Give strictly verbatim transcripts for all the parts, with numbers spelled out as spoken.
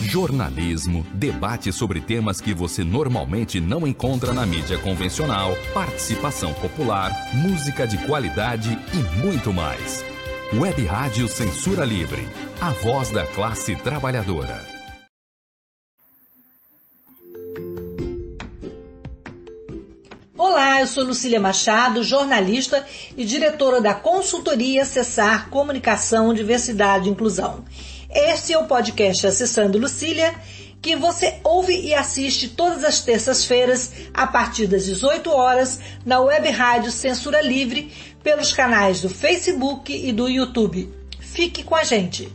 Jornalismo, debate sobre temas que você normalmente não encontra na mídia convencional, participação popular, música de qualidade e muito mais. Web Rádio Censura Livre, a voz da classe trabalhadora. Olá, eu sou Lucília Machado, jornalista e diretora da consultoria Acessar Comunicação, Diversidade e Inclusão. Este é o podcast Acessando Lucília, que você ouve e assiste todas as terças-feiras, a partir das dezoito horas, na Web Rádio Censura Livre, pelos canais do Facebook e do YouTube. Fique com a gente!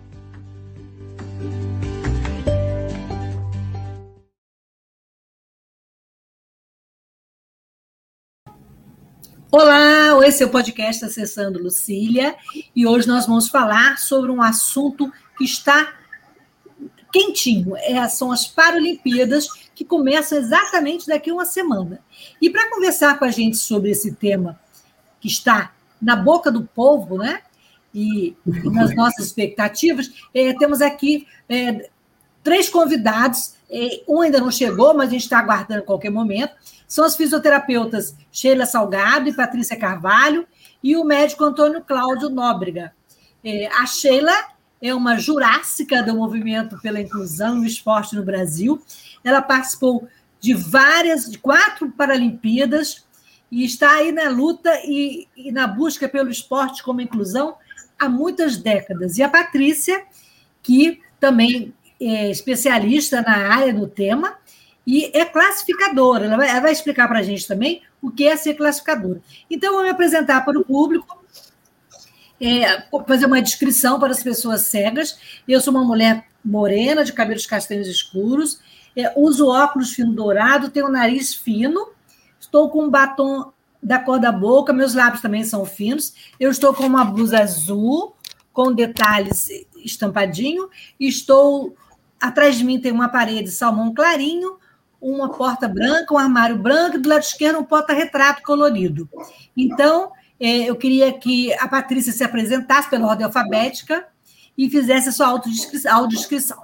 Olá, esse é o podcast Acessando Lucília e hoje nós vamos falar sobre um assunto que está quentinho. É, são as Paralimpíadas, que começam exatamente daqui a uma semana. E para conversar com a gente sobre esse tema que está na boca do povo, né? E, e nas nossas expectativas, é, temos aqui é, três convidados. É, um ainda não chegou, mas a gente está aguardando a qualquer momento. São as fisioterapeutas Sheila Salgado e Patrícia Carvalho e o médico Antônio Cláudio Nóbrega. É, a Sheila é uma jurássica do movimento pela inclusão no esporte no Brasil. Ela participou de várias, de quatro Paralimpíadas e está aí na luta e, e na busca pelo esporte como inclusão há muitas décadas. E a Patrícia, que também é especialista na área do tema, e é classificadora. Ela vai, ela vai explicar para a gente também o que é ser classificadora. Então, eu vou me apresentar para o público, é, fazer uma descrição para as pessoas cegas. Eu sou uma mulher morena, de cabelos castanhos escuros, é, uso óculos fino dourado, tenho um nariz fino, estou com um batom da cor da boca, meus lábios também são finos, eu estou com uma blusa azul, com detalhes estampadinho, e estou... Atrás de mim tem uma parede salmão clarinho, uma porta branca, um armário branco, e do lado esquerdo um porta-retrato colorido. Então, eu queria que a Patrícia se apresentasse pela ordem alfabética e fizesse a sua autodescrição.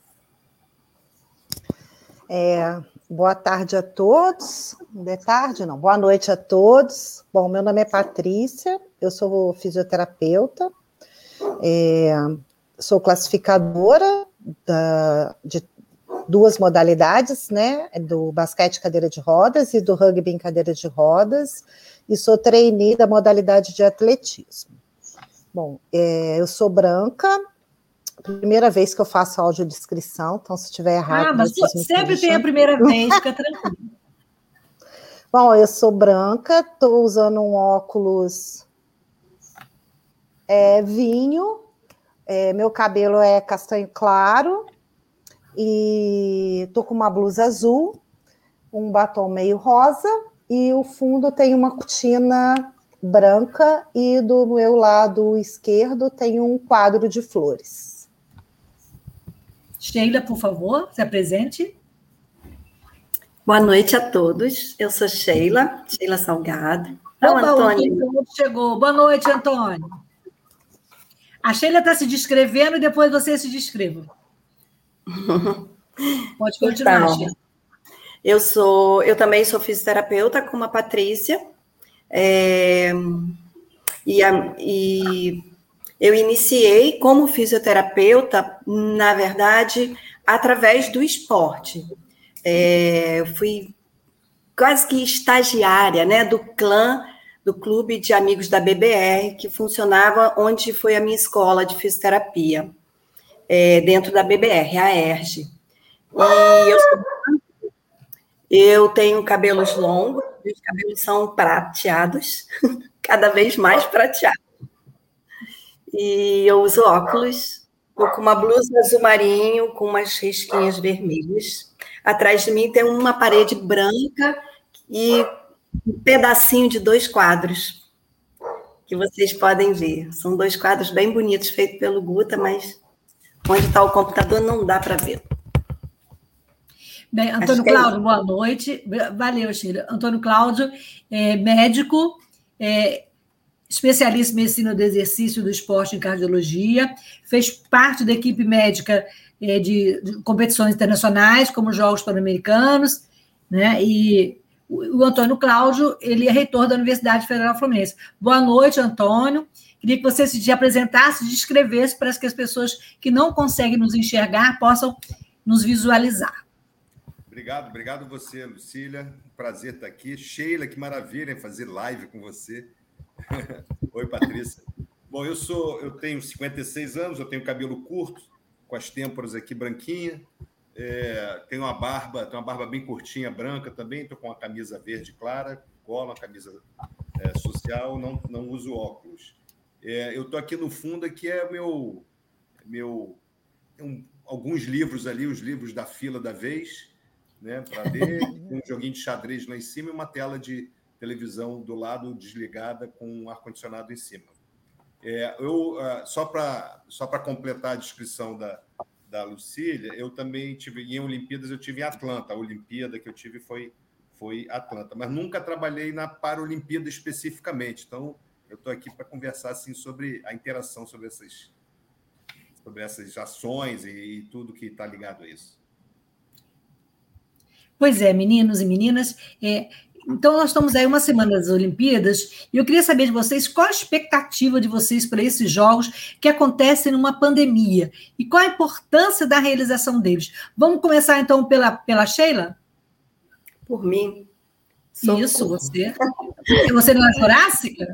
É, boa tarde a todos. De tarde, não. Boa noite a todos. Bom, meu nome é Patrícia, eu sou fisioterapeuta, é, sou classificadora da, de duas modalidades, né, do basquete cadeira de rodas e do rugby em cadeira de rodas, e sou trainee da modalidade de atletismo. Bom, é, eu sou branca, primeira vez que eu faço audiodescrição, então se estiver errado... Ah, mas sempre tem a primeira vez, fica tranquilo. Bom, eu sou branca, estou usando um óculos é, vinho, é, meu cabelo é castanho claro, e estou com uma blusa azul, um batom meio rosa, e o fundo tem uma cortina branca, e do meu lado esquerdo tem um quadro de flores. Sheila, por favor, se apresente. Boa noite a todos, eu sou Sheila, Sheila Salgado. Então, o Antônio chegou. Boa noite, Antônio. A Sheila está se descrevendo e depois você se descreva. Pode continuar, então, Sheila. Eu, sou, eu também sou fisioterapeuta, como a Patrícia, é, e, a, e eu iniciei como fisioterapeuta, na verdade, através do esporte. É, eu fui quase que estagiária, né, do clã, do Clube de Amigos da B B R, que funcionava onde foi a minha escola de fisioterapia, é, dentro da B B R, a ERJ. E eu, eu tenho cabelos longos, os cabelos são prateados, cada vez mais prateados. E eu uso óculos, estou com uma blusa azul marinho, com umas risquinhas vermelhas. Atrás de mim tem uma parede branca e um pedacinho de dois quadros, que vocês podem ver. São dois quadros bem bonitos, feitos pelo Guta, mas onde está o computador não dá para ver. Bem, Antônio Cláudio, é boa noite. Valeu, Sheila. Antônio Cláudio é médico, é, especialista em medicina do exercício e do esporte em cardiologia, fez parte da equipe médica é, de, de competições internacionais, como os Jogos Pan-Americanos, né? E o, o Antônio Cláudio, ele é reitor da Universidade Federal Fluminense. Boa noite, Antônio. Queria que você se apresentasse, descrevesse para que as pessoas que não conseguem nos enxergar possam nos visualizar. Obrigado, obrigado você, Lucília. Prazer estar aqui. Sheila, que maravilha fazer live com você. Oi, Patrícia. Bom, eu sou, eu tenho cinquenta e seis anos, eu tenho cabelo curto, com as têmporas aqui branquinha, é, tenho uma barba, tenho uma barba bem curtinha, branca também, estou com uma camisa verde clara, cola, uma camisa é, social, não, não uso óculos. É, eu estou aqui no fundo, que é meu, meu um, alguns livros ali, os livros da fila da vez, né, para ler, um joguinho de xadrez lá em cima e uma tela de televisão do lado desligada com um ar-condicionado em cima. É, eu, só para só para completar a descrição da, da Lucília, eu também tive, em Olimpíadas, eu tive em Atlanta. A Olimpíada que eu tive foi, foi Atlanta, mas nunca trabalhei na Paralimpíada especificamente. Então, eu estou aqui para conversar assim, sobre a interação sobre essas, sobre essas ações e, e tudo que está ligado a isso. Pois é, meninos e meninas, é, então nós estamos aí uma semana das Olimpíadas e eu queria saber de vocês qual a expectativa de vocês para esses jogos que acontecem numa pandemia e qual a importância da realização deles. Vamos começar então pela, pela Sheila? Por mim. Isso, você. Você não é Jurássica?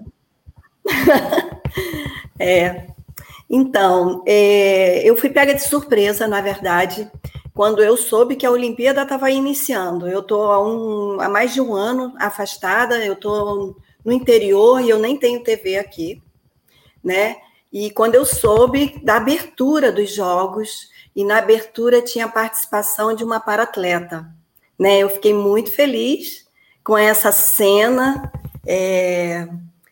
É. Então, é, eu fui pega de surpresa, na verdade, quando eu soube que a Olimpíada estava iniciando. Eu estou há, um, há mais de um ano afastada, eu estou no interior e eu nem tenho T V aqui, né? E quando eu soube da abertura dos Jogos, e na abertura tinha a participação de uma paratleta, né? Eu fiquei muito feliz com essa cena, é,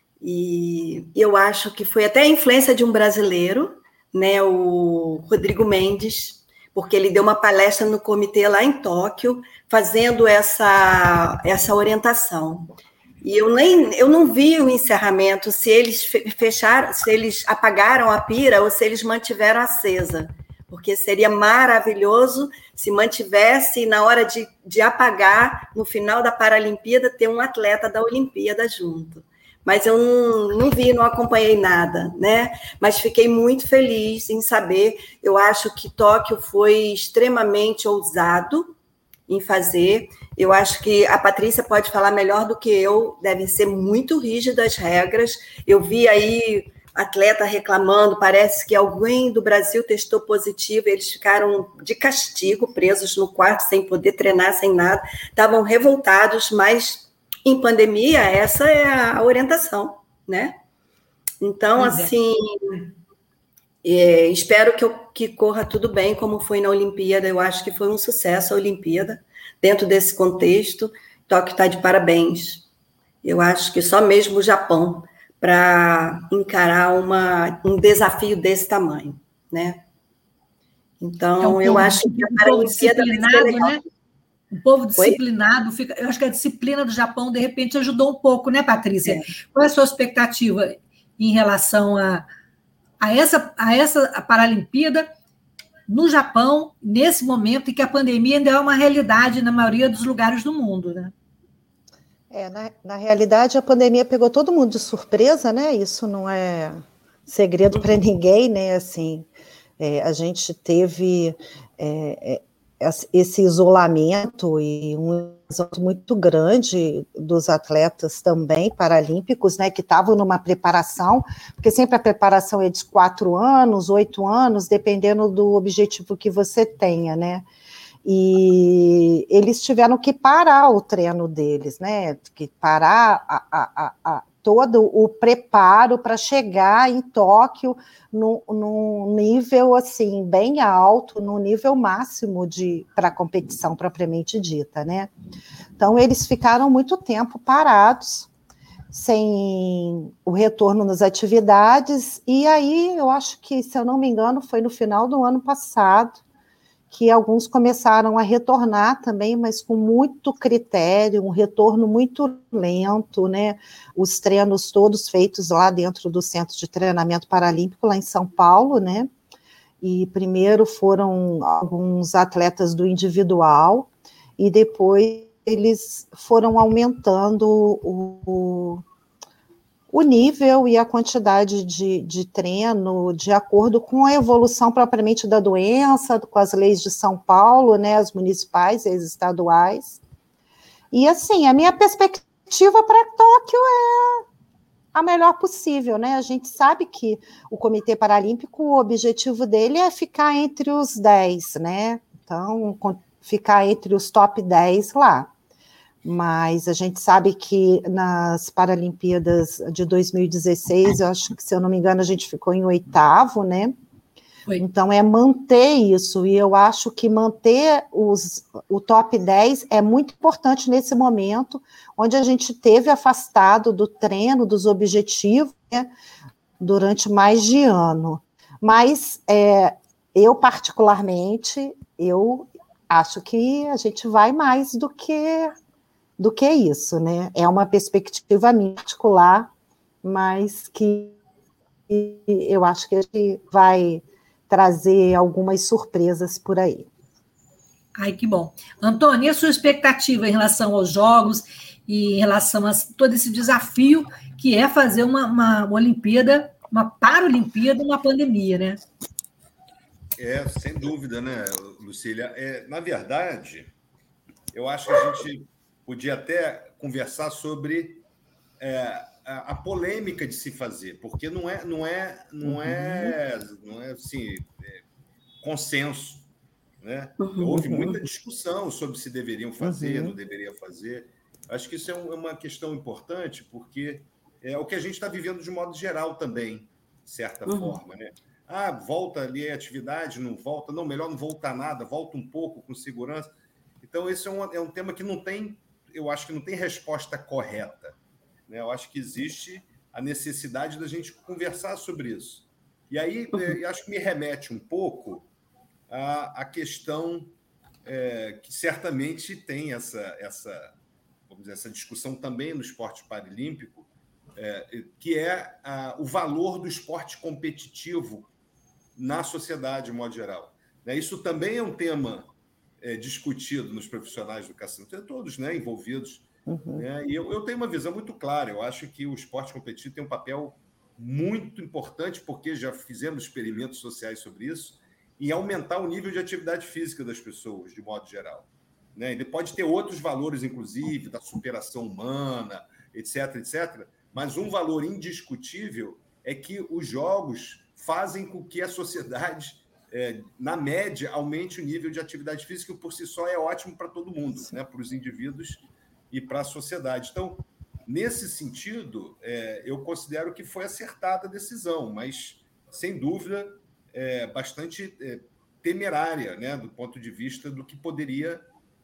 e eu acho que foi até a influência de um brasileiro, né? O Rodrigo Mendes, porque ele deu uma palestra no comitê lá em Tóquio, fazendo essa, essa orientação. E eu, nem, eu não vi o encerramento, se eles fecharam, se eles apagaram a pira ou se eles mantiveram acesa, porque seria maravilhoso se mantivesse, na hora de, de apagar, no final da Paralimpíada, ter um atleta da Olimpíada junto. Mas eu não, não vi, não acompanhei nada, né? Mas fiquei muito feliz em saber. Eu acho que Tóquio foi extremamente ousado em fazer. Eu acho que a Patrícia pode falar melhor do que eu, devem ser muito rígidas as regras. Eu vi aí atleta reclamando, parece que alguém do Brasil testou positivo, eles ficaram de castigo, presos no quarto, sem poder treinar, sem nada. Estavam revoltados, mas... em pandemia, essa é a orientação, né? Então, pois assim, é. É, espero que, eu, que corra tudo bem, como foi na Olimpíada. Eu acho que foi um sucesso a Olimpíada, dentro desse contexto. Tóquio está de parabéns. Eu acho que só mesmo o Japão para encarar uma, um desafio desse tamanho, né? Então, é um eu povo, acho que a Paralimpíada vai ser legal. Né? Um povo disciplinado, fica, eu acho que a disciplina do Japão, de repente, ajudou um pouco, né, Patrícia? É. Qual é a sua expectativa em relação a, a, essa, a essa a Paralimpíada no Japão, nesse momento em que a pandemia ainda é uma realidade na maioria dos lugares do mundo, né? É, na, na realidade, a pandemia pegou todo mundo de surpresa, né? Isso não é segredo para ninguém, né? Assim, é, a gente teve... É, é, esse isolamento e um isolamento muito grande dos atletas também paralímpicos, né, que estavam numa preparação, porque sempre a preparação é de quatro anos, oito anos, dependendo do objetivo que você tenha, né, e eles tiveram que parar o treino deles, né, que parar a, a, a, todo o preparo para chegar em Tóquio num nível assim bem alto, no nível máximo de para a competição propriamente dita, né? Então eles ficaram muito tempo parados, sem o retorno nas atividades, e aí eu acho que, se eu não me engano, foi no final do ano passado que alguns começaram a retornar também, mas com muito critério, um retorno muito lento, né? Os treinos todos feitos lá dentro do Centro de Treinamento Paralímpico, lá em São Paulo, né? E primeiro foram alguns atletas do individual, e depois eles foram aumentando o, o nível e a quantidade de, de treino de acordo com a evolução propriamente da doença, com as leis de São Paulo, né, as municipais e as estaduais. E, assim, a minha perspectiva para Tóquio é a melhor possível, né? A gente sabe que o Comitê Paralímpico, o objetivo dele é ficar entre os dez, né? Então, ficar entre os top dez lá. Mas a gente sabe que nas Paralimpíadas de dois mil e dezesseis, eu acho que, se eu não me engano, a gente ficou em oitavo, né? Foi. Então, é manter isso, e eu acho que manter os, o top dez é muito importante nesse momento, onde a gente teve afastado do treino, dos objetivos, né, durante mais de ano. Mas, é, eu, particularmente, eu acho que a gente vai mais do que... do que isso, né? É uma perspectiva minha particular, mas que eu acho que a gente vai trazer algumas surpresas por aí. Ai, que bom. Antônia, e a sua expectativa em relação aos jogos e em relação a todo esse desafio que é fazer uma, uma, uma Olimpíada, uma Paralimpíada, uma pandemia, né? É, sem dúvida, né, Lucília? É, na verdade, eu acho que a gente podia até conversar sobre é, a, a polêmica de se fazer, porque não é, não é, não é, não é assim, é, consenso, né? Uhum. Houve muita discussão sobre se deveriam fazer, Uhum. não deveria fazer. Acho que isso é, um, é uma questão importante, porque é o que a gente está vivendo de modo geral também, de certa Uhum. forma, né? Ah, volta ali a atividade, não volta, não, melhor não voltar nada, volta um pouco com segurança. Então, esse é um, é um tema que não tem, eu acho que não tem resposta correta, né? Eu acho que existe a necessidade da gente conversar sobre isso. E aí, uhum. eu acho que me remete um pouco à, à questão é, que certamente tem essa, essa, vamos dizer, essa discussão também no esporte paralímpico, é, que é a, o valor do esporte competitivo na sociedade, de modo geral. Né? Isso também é um tema é, discutido nos profissionais do educação, todos, né, envolvidos. Uhum. Né? E eu, eu tenho uma visão muito clara. Eu acho que o esporte competitivo tem um papel muito importante, porque já fizemos experimentos sociais sobre isso, em aumentar o nível de atividade física das pessoas, de modo geral. Né? Ele pode ter outros valores, inclusive, da superação humana, etc, etcétera, mas um valor indiscutível é que os jogos fazem com que a sociedade, é, na média, aumente o nível de atividade física, que por si só é ótimo para todo mundo, né? Para os indivíduos e para a sociedade. Então, nesse sentido, é, eu considero que foi acertada a decisão, mas, sem dúvida, é bastante é, temerária, né? Do ponto de vista do que poderia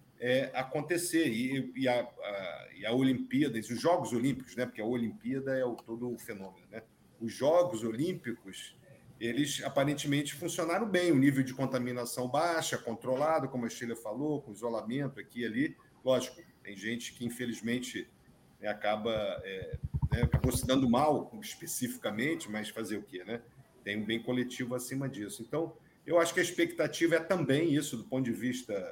é, acontecer. E, e, a, a, e a Olimpíada, os Jogos Olímpicos, né? Porque a Olimpíada é o, todo o fenômeno, né? Os Jogos Olímpicos, eles aparentemente funcionaram bem, o nível de contaminação baixa, controlado, como a Sheila falou, com isolamento aqui e ali. Lógico, tem gente que, infelizmente, né, acaba, é, né, acabou se dando mal especificamente, mas fazer o quê, né? Tem um bem coletivo acima disso. Então, eu acho que a expectativa é também isso, do ponto de vista,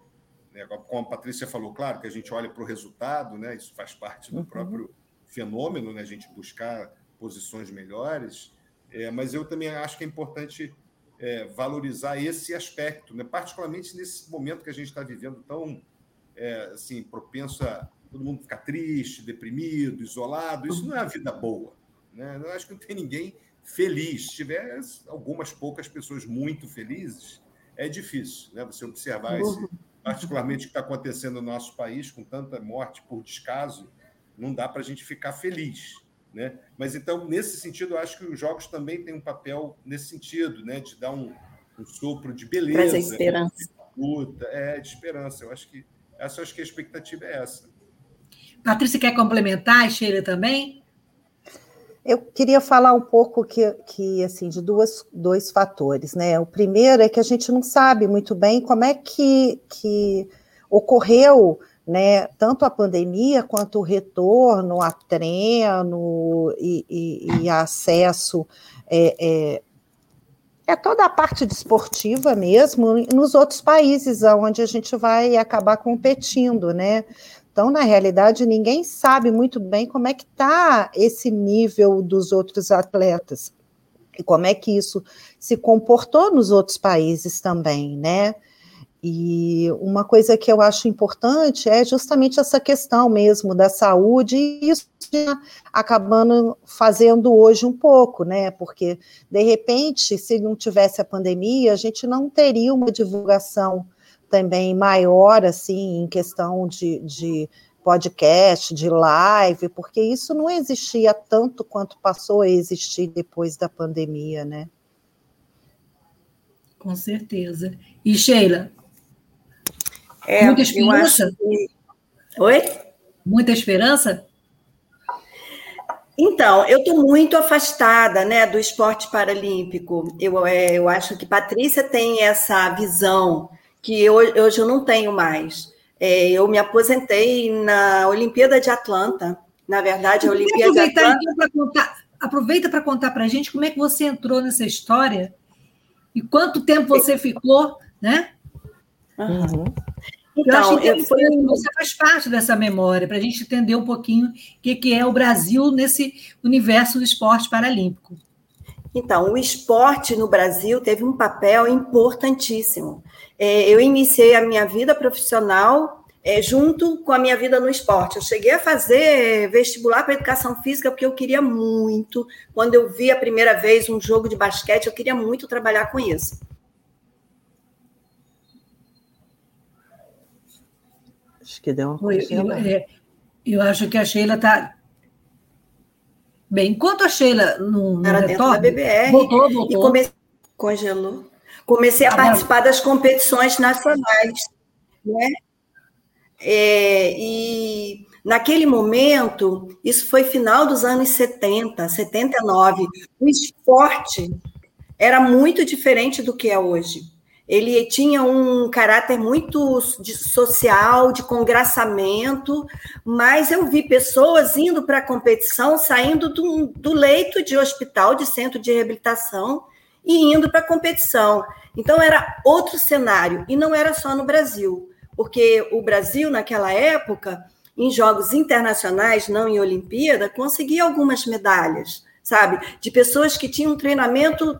né, como a Patrícia falou, claro que a gente olha para o resultado, né, isso faz parte do uhum. próprio fenômeno, né, a gente buscar posições melhores, é, mas eu também acho que é importante é, valorizar esse aspecto, né, particularmente nesse momento que a gente está vivendo tão é, assim, propenso a todo mundo ficar triste, deprimido, isolado. Isso não é uma vida boa, né? Eu acho que não tem ninguém feliz. Se tiver algumas poucas pessoas muito felizes, é difícil, né? Você observar esse, particularmente o que está acontecendo no nosso país, com tanta morte por descaso, não dá para a gente ficar feliz, né? Mas, então, nesse sentido, eu acho que os jogos também têm um papel nesse sentido, né? De dar um, um sopro de beleza. Trazer esperança. De luta, é, de esperança. Eu acho que, essa, eu acho que a expectativa é essa. Patrícia, quer complementar? E Sheila também? Eu queria falar um pouco que, que assim, de duas, dois fatores, né? O primeiro é que a gente não sabe muito bem como é que, que ocorreu, né, tanto a pandemia quanto o retorno a treino e, e, e acesso é, é, é toda a parte desportiva mesmo nos outros países onde a gente vai acabar competindo, né? Então, na realidade, ninguém sabe muito bem como é que está esse nível dos outros atletas e como é que isso se comportou nos outros países também, né? E uma coisa que eu acho importante é justamente essa questão mesmo da saúde, e isso acabando fazendo hoje um pouco, né? Porque, de repente, se não tivesse a pandemia, a gente não teria uma divulgação também maior, assim, em questão de, de podcast, de live, porque isso não existia tanto quanto passou a existir depois da pandemia, né? Com certeza. E, Sheila? É, muita esperança? Que... Oi? Muita esperança? Então, eu estou muito afastada, né, do esporte paralímpico. Eu, é, eu acho que Patrícia tem essa visão que eu, hoje eu não tenho mais. É, eu me aposentei na Olimpíada de Atlanta. Na verdade, a Olimpíada de Atlanta... Então, contar, aproveita para contar para a gente como é que você entrou nessa história e quanto tempo você ficou, né? Uhum. Então, eu acho que você faz parte dessa memória, para a gente entender um pouquinho o que, que é o Brasil nesse universo do esporte paralímpico. Então, o esporte no Brasil teve um papel importantíssimo. É, eu iniciei a minha vida profissional é, junto com a minha vida no esporte. Eu cheguei a fazer vestibular para educação física porque eu queria muito, quando eu vi a primeira vez um jogo de basquete, eu queria muito trabalhar com isso. Acho que deu uma coisa. Eu, eu, eu acho que a Sheila está... Bem, enquanto a Sheila não, não era retorna, dentro da B B R, voltou, voltou. E comecei, congelou. Comecei a ah, participar das competições nacionais, né? É, e naquele momento, isso foi final dos anos setenta, setenta e nove, o esporte era muito diferente do que é hoje. Ele tinha um caráter muito de social, de congraçamento, mas eu vi pessoas indo para a competição, saindo do, do leito de hospital, de centro de reabilitação, e indo para a competição. Então, era outro cenário, e não era só no Brasil, porque o Brasil, naquela época, em jogos internacionais, não em Olimpíada, conseguia algumas medalhas, sabe? De pessoas que tinham um treinamento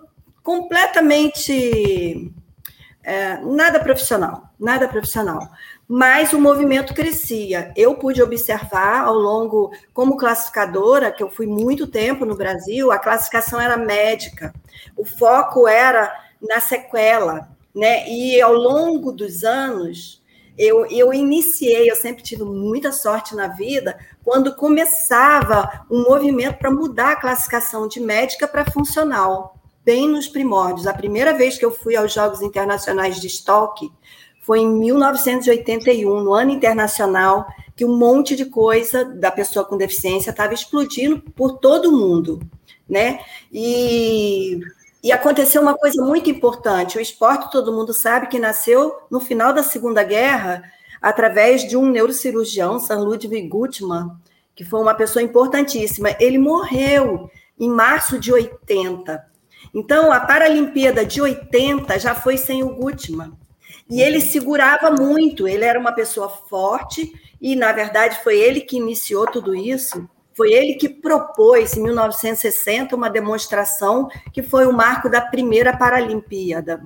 completamente... É, nada profissional, nada profissional. Mas o movimento crescia. Eu pude observar ao longo, como classificadora, que eu fui muito tempo no Brasil, a classificação era médica, o foco era na sequela, né? E ao longo dos anos, eu, eu iniciei, eu sempre tive muita sorte na vida, quando começava um movimento para mudar a classificação de médica para funcional. Bem nos primórdios. A primeira vez que eu fui aos Jogos Internacionais de Estoque foi em mil novecentos e oitenta e um, no ano internacional, que um monte de coisa da pessoa com deficiência estava explodindo por todo o mundo, né? E, e aconteceu uma coisa muito importante. O esporte, todo mundo sabe que nasceu no final da Segunda Guerra, através de um neurocirurgião, Sir Ludwig Guttmann, que foi uma pessoa importantíssima. Ele morreu em março de oitenta. Então, a Paralimpíada de oitenta já foi sem o Guttmann. E ele segurava muito, ele era uma pessoa forte, e, na verdade, foi ele que iniciou tudo isso. Foi ele que propôs, em mil novecentos e sessenta, uma demonstração que foi o marco da primeira Paralimpíada.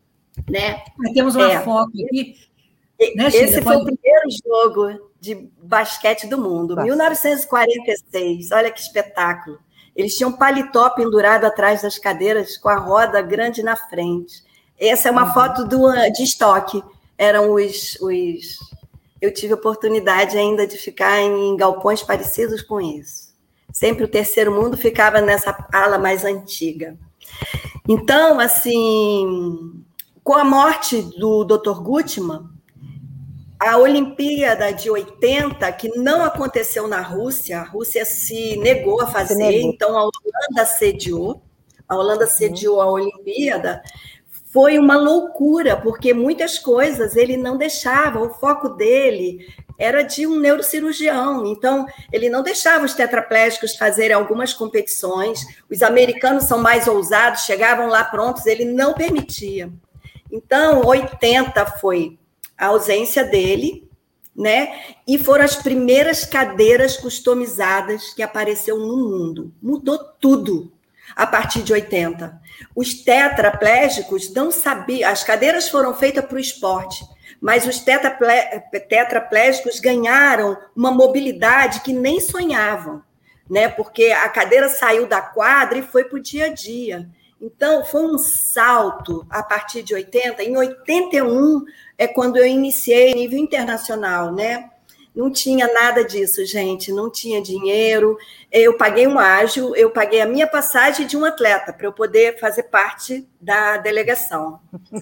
Né? Nós temos uma é. foto aqui. Né, Esse foi Pode... o primeiro jogo de basquete do mundo, Bastante. mil novecentos e quarenta e seis. Olha que espetáculo. Eles tinham paletó pendurado atrás das cadeiras com a roda grande na frente. Essa é uma uhum. foto do, de estoque. Eram os, os... Eu tive a oportunidade ainda de ficar em galpões parecidos com isso. Sempre o terceiro mundo ficava nessa ala mais antiga. Então, assim, com a morte do doutor Guttmann, a Olimpíada de oitenta, que não aconteceu na Rússia, a Rússia se negou a fazer, negou. Então a Holanda sediou, a Holanda sediou a Olimpíada. Foi uma loucura, porque muitas coisas ele não deixava, o foco dele era de um neurocirurgião, então ele não deixava os tetraplégicos fazerem algumas competições, os americanos são mais ousados, chegavam lá prontos, ele não permitia. Então, oitenta foi a ausência dele, né? E foram as primeiras cadeiras customizadas que apareceu no mundo. Mudou tudo a partir de oitenta. Os tetraplégicos não sabiam, as cadeiras foram feitas para o esporte, mas os tetraplégicos ganharam uma mobilidade que nem sonhavam, né? Porque a cadeira saiu da quadra e foi para o dia a dia. Então, foi um salto a partir de oitenta. Em oitenta e um é quando eu iniciei nível internacional, né? Não tinha nada disso, gente, não tinha dinheiro. Eu paguei um ágio, eu paguei a minha passagem de um atleta para eu poder fazer parte da delegação.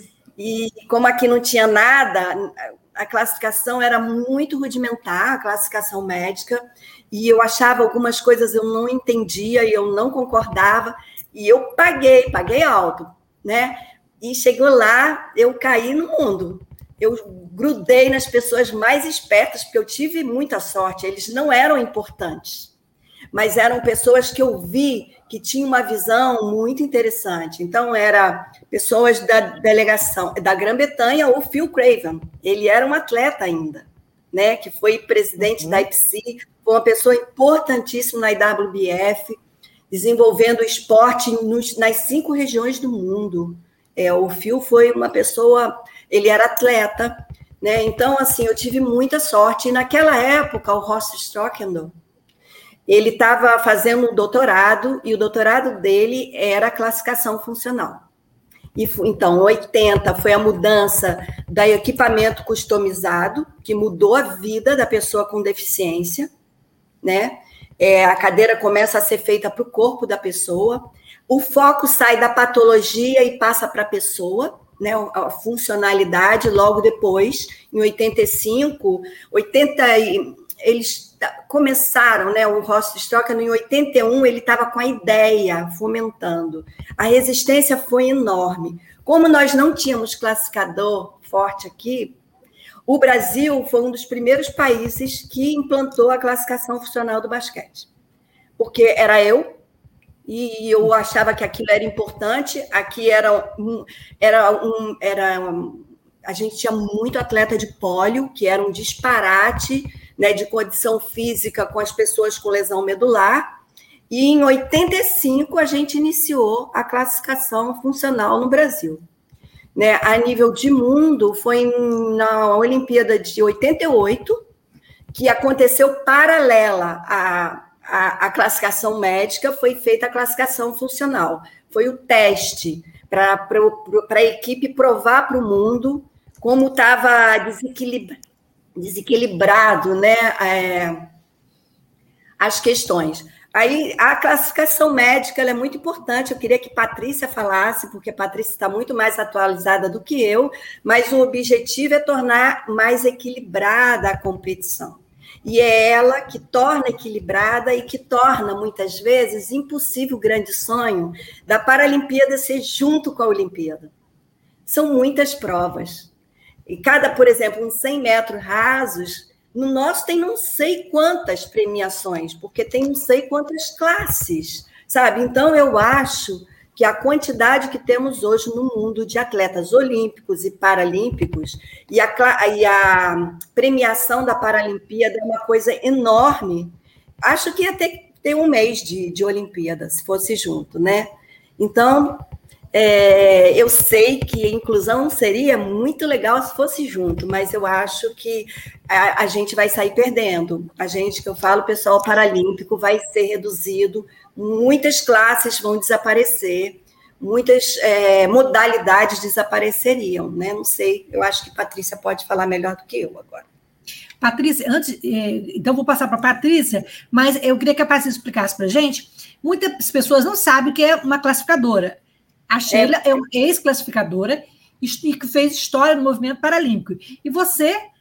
E como aqui não tinha nada, a classificação era muito rudimentar, a classificação médica, e eu achava algumas coisas eu não entendia e eu não concordava, e eu paguei, paguei alto, né? E chegou lá, eu caí no mundo. Eu grudei nas pessoas mais espertas, porque eu tive muita sorte. Eles não eram importantes, mas eram pessoas que eu vi que tinham uma visão muito interessante. Então, eram pessoas da delegação da Grã-Bretanha, o Phil Craven. Ele era um atleta ainda, né? Que foi presidente uhum. da I P C, foi uma pessoa importantíssima na I W B F, desenvolvendo esporte nos, nas cinco regiões do mundo. É, o Phil foi uma pessoa... Ele era atleta, né? Então, assim, eu tive muita sorte. E naquela época, o Horst Stockendorf, ele estava fazendo um doutorado, e o doutorado dele era classificação funcional. E, então, oitenta foi a mudança do equipamento customizado, que mudou a vida da pessoa com deficiência, né? É, a cadeira começa a ser feita para o corpo da pessoa, o foco sai da patologia e passa para a pessoa, né, a funcionalidade logo depois, em oitenta e cinco, oitenta, eles começaram, né, o Horst Stockendorf, em oitenta e um, ele estava com a ideia, fomentando. A resistência foi enorme. Como nós não tínhamos classificador forte aqui, o Brasil foi um dos primeiros países que implantou a classificação funcional do basquete. Porque era eu, e eu achava que aquilo era importante, aqui era um, era um, era um, a gente tinha muito atleta de pólio, que era um disparate, né, de condição física com as pessoas com lesão medular, e em oitenta e cinco a gente iniciou a classificação funcional no Brasil. Né, a nível de mundo, foi na Olimpíada de oitenta e oito, que aconteceu paralela à A, a classificação médica, foi feita a classificação funcional. Foi o teste para a equipe provar para o mundo como estava desequilibra, desequilibrado, né, é, as questões. Aí, a classificação médica ela é muito importante. Eu queria que Patrícia falasse, porque a Patrícia está muito mais atualizada do que eu, mas o objetivo é tornar mais equilibrada a competição. E é ela que torna equilibrada e que torna, muitas vezes, impossível o grande sonho da Paralimpíada ser junto com a Olimpíada. São muitas provas. E cada, por exemplo, uns cem metros rasos, no nosso tem não sei quantas premiações, porque tem não sei quantas classes, sabe? Então, eu acho que a quantidade que temos hoje no mundo de atletas olímpicos e paralímpicos e a, e a premiação da Paralimpíada é uma coisa enorme. Acho que ia ter, ter um mês de, de Olimpíada, se fosse junto, né? Então, é, eu sei que a inclusão seria muito legal se fosse junto, mas eu acho que a, a gente vai sair perdendo. A gente, que eu falo, o pessoal paralímpico vai ser reduzido, muitas classes vão desaparecer, muitas é, modalidades desapareceriam, né? Não sei, eu acho que Patrícia pode falar melhor do que eu agora. Patrícia, antes, então vou passar para a Patrícia, mas eu queria que a Patrícia explicasse para a gente. Muitas pessoas não sabem o que é uma classificadora. A Sheila é, é uma ex-classificadora e que fez história no movimento paralímpico. E você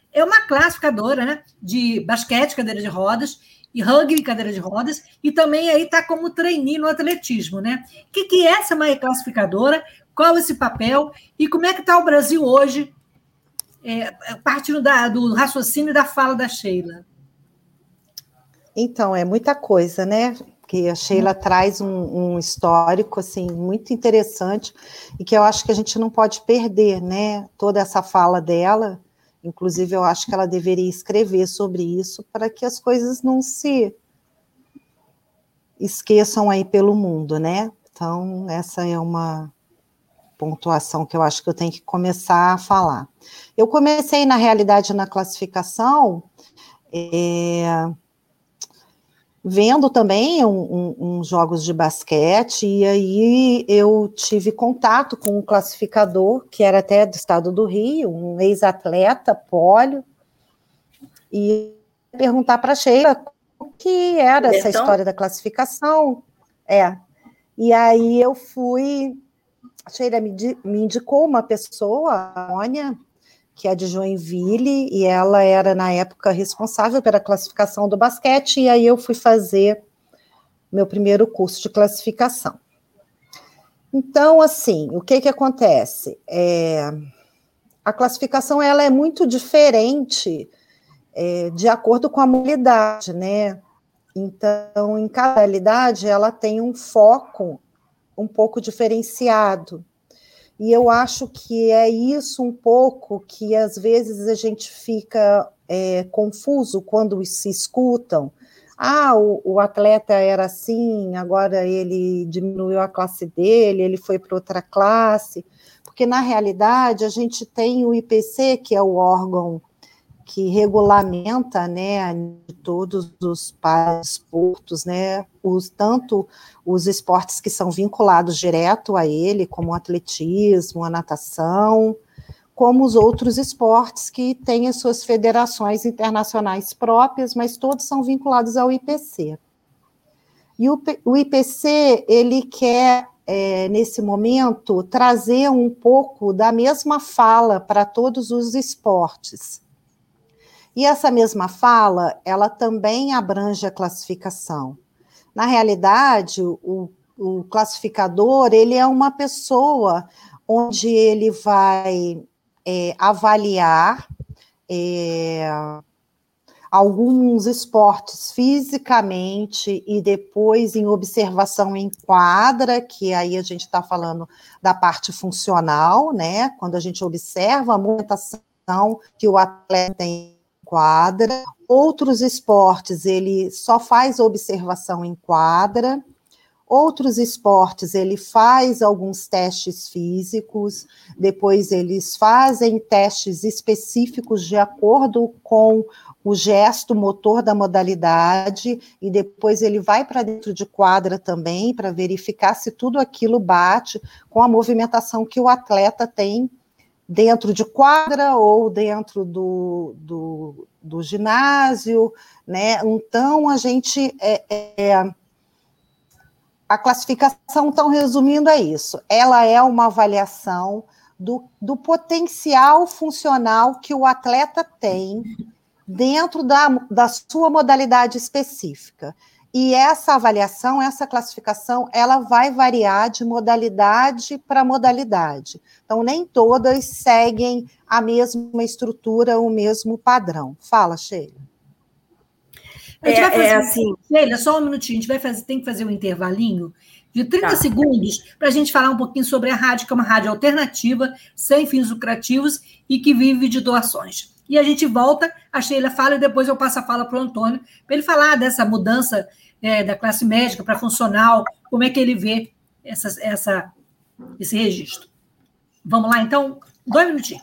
é uma classificadora, né, de basquete, cadeira de rodas, e rugby, cadeira de rodas, e também aí está como trainee no atletismo, né? O que, que é essa mãe classificadora? Qual é esse papel? E como é que está o Brasil hoje, é, partindo da, do raciocínio da fala da Sheila? Então, é muita coisa, né? Que a Sheila hum. traz um, um histórico, assim, muito interessante, e que eu acho que a gente não pode perder, né? Toda essa fala dela. Inclusive, eu acho que ela deveria escrever sobre isso para que as coisas não se esqueçam aí pelo mundo, né? Então, essa é uma pontuação que eu acho que eu tenho que começar a falar. Eu comecei, na realidade, na classificação, é, vendo também uns um, um jogos de basquete, e aí eu tive contato com um classificador, que era até do estado do Rio, um ex-atleta, pólio, e perguntar para a Sheila o que era essa então? história da classificação. É. E aí eu fui, a Sheila me, me indicou uma pessoa, a Mônia, que é de Joinville, e ela era, na época, responsável pela classificação do basquete, e aí eu fui fazer meu primeiro curso de classificação. Então, assim, o que que acontece? É, a classificação, ela é muito diferente é, de acordo com a modalidade, né? Então, em cada modalidade, ela tem um foco um pouco diferenciado. E eu acho que é isso um pouco que, às vezes, a gente fica é, confuso quando se escutam. Ah, o, o atleta era assim, agora ele diminuiu a classe dele, ele foi para outra classe. Porque, na realidade, a gente tem o I P C, que é o órgão que regulamenta, né, todos os esportes, né, os, tanto os esportes que são vinculados direto a ele, como o atletismo, a natação, como os outros esportes que têm as suas federações internacionais próprias, mas todos são vinculados ao I P C. E o, o I P C, ele quer, é, nesse momento, trazer um pouco da mesma fala para todos os esportes. E essa mesma fala, ela também abrange a classificação. Na realidade, o, o classificador, ele é uma pessoa onde ele vai é, avaliar é, alguns esportes fisicamente e depois em observação em quadra, que aí a gente está falando da parte funcional, né? Quando a gente observa a movimentação que o atleta tem quadra. Outros esportes, ele só faz observação em quadra. Outros esportes, ele faz alguns testes físicos, depois eles fazem testes específicos de acordo com o gesto motor da modalidade, e depois ele vai para dentro de quadra também, para verificar se tudo aquilo bate com a movimentação que o atleta tem dentro de quadra ou dentro do, do, do ginásio, né? Então, a gente... É, é, a classificação, então, resumindo, é isso. Ela é uma avaliação do, do potencial funcional que o atleta tem dentro da, da sua modalidade específica. E essa avaliação, essa classificação, ela vai variar de modalidade para modalidade. Então, nem todas seguem a mesma estrutura, o mesmo padrão. Fala, Sheila. A gente é, vai fazer, é assim. Sheila, só um minutinho, a gente vai fazer, tem que fazer um intervalinho de trinta tá. segundos para a gente falar um pouquinho sobre a rádio, que é uma rádio alternativa, sem fins lucrativos e que vive de doações. E a gente volta, a Sheila fala e depois eu passo a fala para o Antônio, para ele falar dessa mudança é, da classe médica para funcional, como é que ele vê essa, essa, esse registro. Vamos lá, então? Dois minutinhos.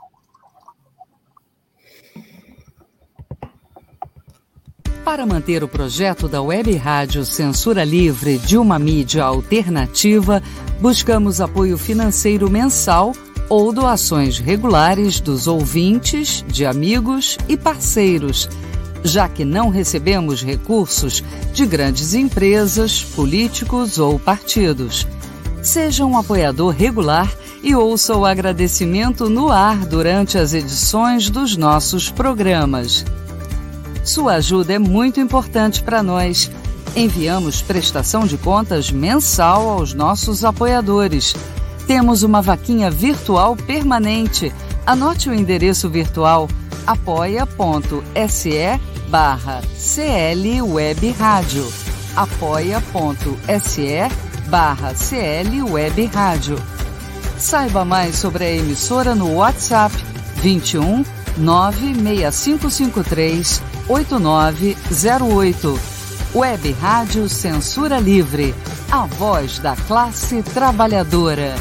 Para manter o projeto da Web Rádio Censura Livre de uma mídia alternativa, buscamos apoio financeiro mensal ou doações regulares dos ouvintes, de amigos e parceiros, já que não recebemos recursos de grandes empresas, políticos ou partidos. Seja um apoiador regular e ouça o agradecimento no ar durante as edições dos nossos programas. Sua ajuda é muito importante para nós. Enviamos prestação de contas mensal aos nossos apoiadores. Temos uma vaquinha virtual permanente. Anote o endereço virtual apoia.se barra CL Web Rádio. apoia.se barra CL Web Rádio. Saiba mais sobre a emissora no WhatsApp vinte e um, nove seis cinco cinco três, oito nove zero oito. Web Rádio Censura Livre, a voz da classe trabalhadora.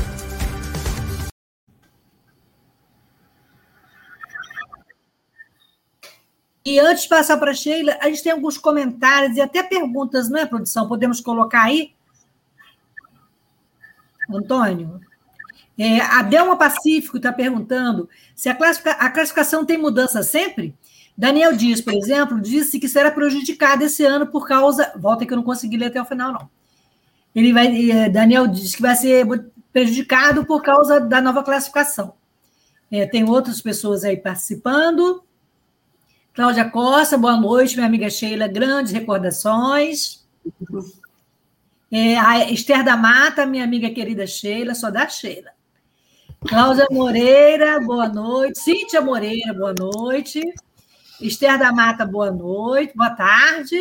E antes de passar para a Sheila, a gente tem alguns comentários e até perguntas, não é, produção? Podemos colocar aí? Antônio? É, a Delma Pacífico está perguntando se a, classifica, a classificação tem mudança sempre? Daniel Dias, por exemplo, disse que será prejudicado esse ano por causa... Volta que eu não consegui ler até o final, não. Ele vai, Daniel diz que vai ser prejudicado por causa da nova classificação. É, tem outras pessoas aí participando. Cláudia Costa, boa noite, minha amiga Sheila, grandes recordações. É, a Esther da Mata, minha amiga querida Sheila, só da Sheila. Cláudia Moreira, boa noite. Cíntia Moreira, boa noite. Esther da Mata, boa noite, boa tarde.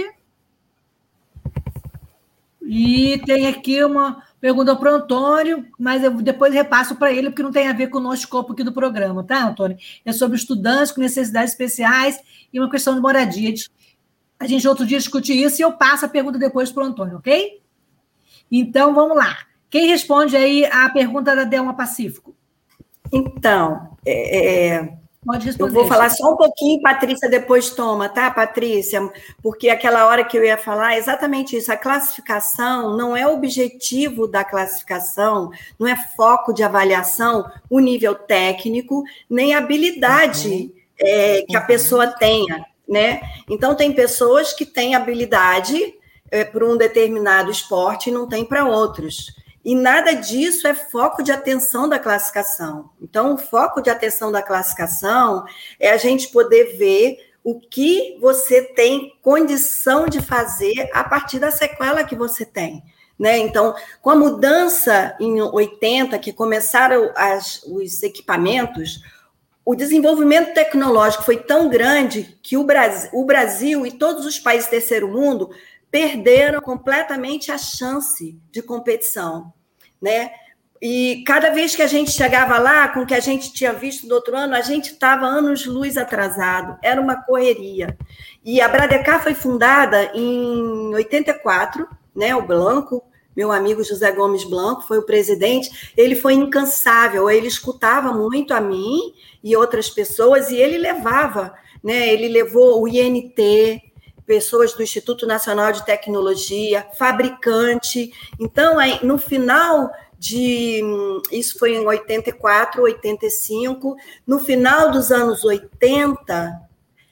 E tem aqui uma pergunta para o Antônio, mas eu depois repasso para ele, porque não tem a ver com o nosso escopo aqui do programa, tá, Antônio? É sobre estudantes com necessidades especiais e uma questão de moradia. A gente outro dia discute isso e eu passo a pergunta depois para o Antônio, ok? Então, vamos lá. Quem responde aí a pergunta da Delma Pacífico? Então, é... Pode responder. Eu vou falar só um pouquinho, Patrícia, depois toma, tá, Patrícia? Porque aquela hora que eu ia falar, é exatamente isso. A classificação não é o objetivo da classificação, não é foco de avaliação, o nível técnico, nem a habilidade uhum. é, que a pessoa tenha, né? Então, tem pessoas que têm habilidade é, para um determinado esporte e não tem para outros. E nada disso é foco de atenção da classificação. Então, o foco de atenção da classificação é a gente poder ver o que você tem condição de fazer a partir da sequela que você tem. Né? Então, com a mudança em oitenta, que começaram as, os equipamentos, o desenvolvimento tecnológico foi tão grande que o Brasil, o Brasil e todos os países do terceiro mundo perderam completamente a chance de competição, né? E cada vez que a gente chegava lá, com o que a gente tinha visto no outro ano, a gente estava anos-luz atrasado, era uma correria. E a Bradecar foi fundada em oitenta e quatro, né? O Blanco, meu amigo José Gomes Blanco, foi o presidente, ele foi incansável, ele escutava muito a mim e outras pessoas, e ele levava, né? Ele levou o I N T, pessoas do Instituto Nacional de Tecnologia, fabricante. Então, aí, no final de... Isso foi em oitenta e quatro, oitenta e cinco. No final dos anos oitenta,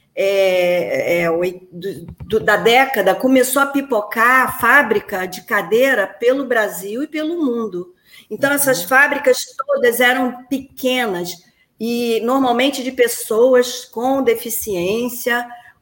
é, é, do, do, da década, começou a pipocar a fábrica de cadeira pelo Brasil e pelo mundo. Então, essas fábricas todas eram pequenas e, normalmente, de pessoas com deficiência,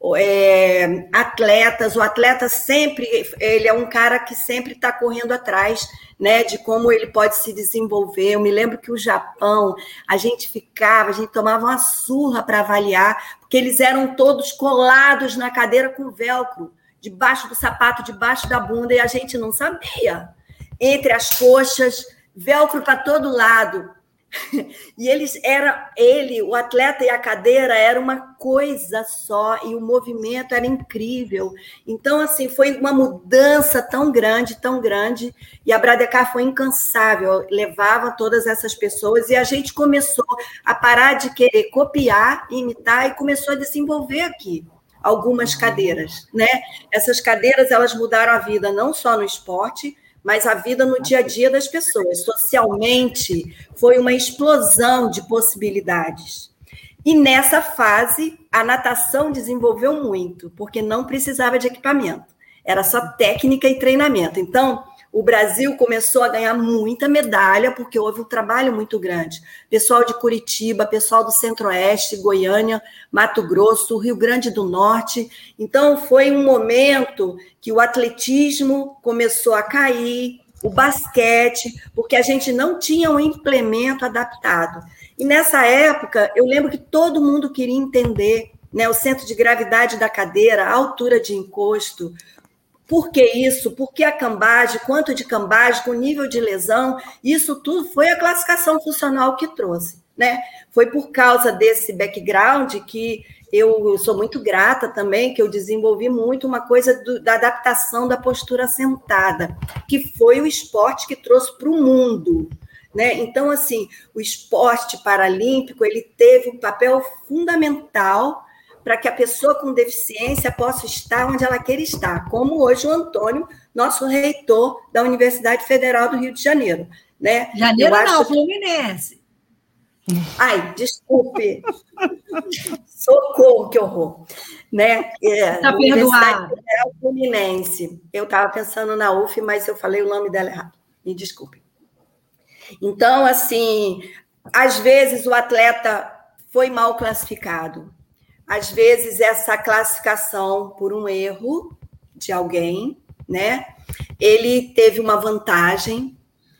É, atletas, o atleta sempre, ele é um cara que sempre está correndo atrás, né, de como ele pode se desenvolver. Eu me lembro que o Japão, a gente ficava, a gente tomava uma surra para avaliar, porque eles eram todos colados na cadeira com velcro, debaixo do sapato, debaixo da bunda, e a gente não sabia. Entre as coxas, velcro para todo lado. E eles era ele, o atleta e a cadeira era uma coisa só, e o movimento era incrível. Então, assim, foi uma mudança tão grande, tão grande, e a Bradecar foi incansável, levava todas essas pessoas, e a gente começou a parar de querer copiar, imitar, e começou a desenvolver aqui algumas cadeiras, né? Essas cadeiras, elas mudaram a vida não só no esporte, mas a vida no dia a dia das pessoas. Socialmente, foi uma explosão de possibilidades. E nessa fase, a natação desenvolveu muito, porque não precisava de equipamento. Era só técnica e treinamento. Então, o Brasil começou a ganhar muita medalha, porque houve um trabalho muito grande. Pessoal de Curitiba, pessoal do Centro-Oeste, Goiânia, Mato Grosso, Rio Grande do Norte. Então, foi um momento que o atletismo começou a cair, o basquete, porque a gente não tinha um implemento adaptado. E nessa época, eu lembro que todo mundo queria entender, né, o centro de gravidade da cadeira, a altura de encosto. Por que isso? Por que a cambagem? Quanto de cambagem? Com nível de lesão? Isso tudo foi a classificação funcional que trouxe, né? Foi por causa desse background que eu sou muito grata também, que eu desenvolvi muito uma coisa do, da adaptação da postura sentada, que foi o esporte que trouxe para o mundo, né? Então, assim, o esporte paralímpico, ele teve um papel fundamental para que a pessoa com deficiência possa estar onde ela quer estar, como hoje o Antônio, nosso reitor da Universidade Federal do Rio de Janeiro. Né? Janeiro Eu não, acho... Fluminense. Ai, desculpe. Socorro, que horror. Né? Está é, perdoado. Federal Fluminense. Eu estava pensando na U F, mas eu falei o nome dela errado. Me desculpe. Então, assim, às vezes o atleta foi mal classificado. Às vezes, essa classificação por um erro de alguém, né? Ele teve uma vantagem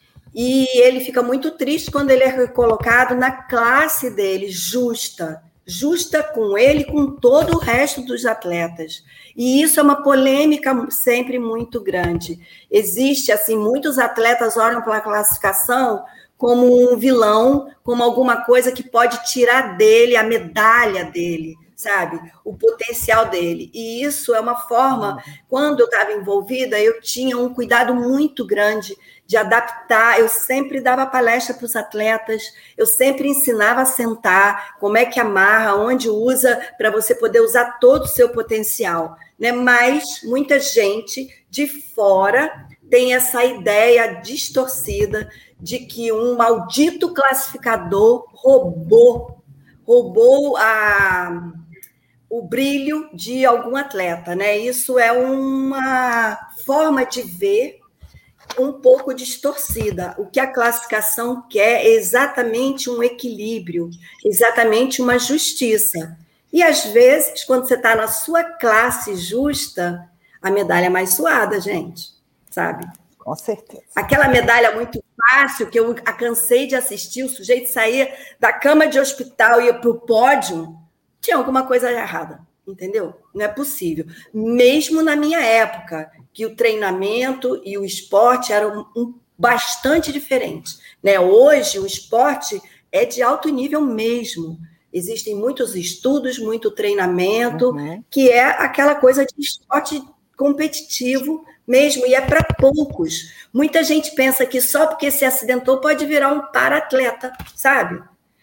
e ele fica muito triste quando ele é colocado na classe dele, justa, justa com ele e com todo o resto dos atletas. E isso é uma polêmica sempre muito grande. Existe, assim, muitos atletas olham para a classificação como um vilão, como alguma coisa que pode tirar dele a medalha dele, sabe? O potencial dele. E isso é uma forma, quando eu estava envolvida, eu tinha um cuidado muito grande de adaptar, eu sempre dava palestra para os atletas, eu sempre ensinava a sentar, como é que amarra, onde usa, para você poder usar todo o seu potencial, né? Mas muita gente de fora tem essa ideia distorcida de que um maldito classificador roubou, roubou a... o brilho de algum atleta, né? Isso é uma forma de ver um pouco distorcida. O que a classificação quer é exatamente um equilíbrio, exatamente uma justiça. E, às vezes, quando você está na sua classe justa, a medalha é mais suada, gente, sabe? Com certeza. Aquela medalha muito fácil, que eu cansei de assistir, o sujeito saía da cama de hospital e ia para o pódio, tinha alguma coisa errada, entendeu? Não é possível. Mesmo na minha época, que o treinamento e o esporte eram um, bastante diferentes, né? Hoje, o esporte é de alto nível mesmo. Existem muitos estudos, muito treinamento, uhum. que é aquela coisa de esporte competitivo mesmo, e é para poucos. Muita gente pensa que só porque se acidentou pode virar um para-atleta, sabe?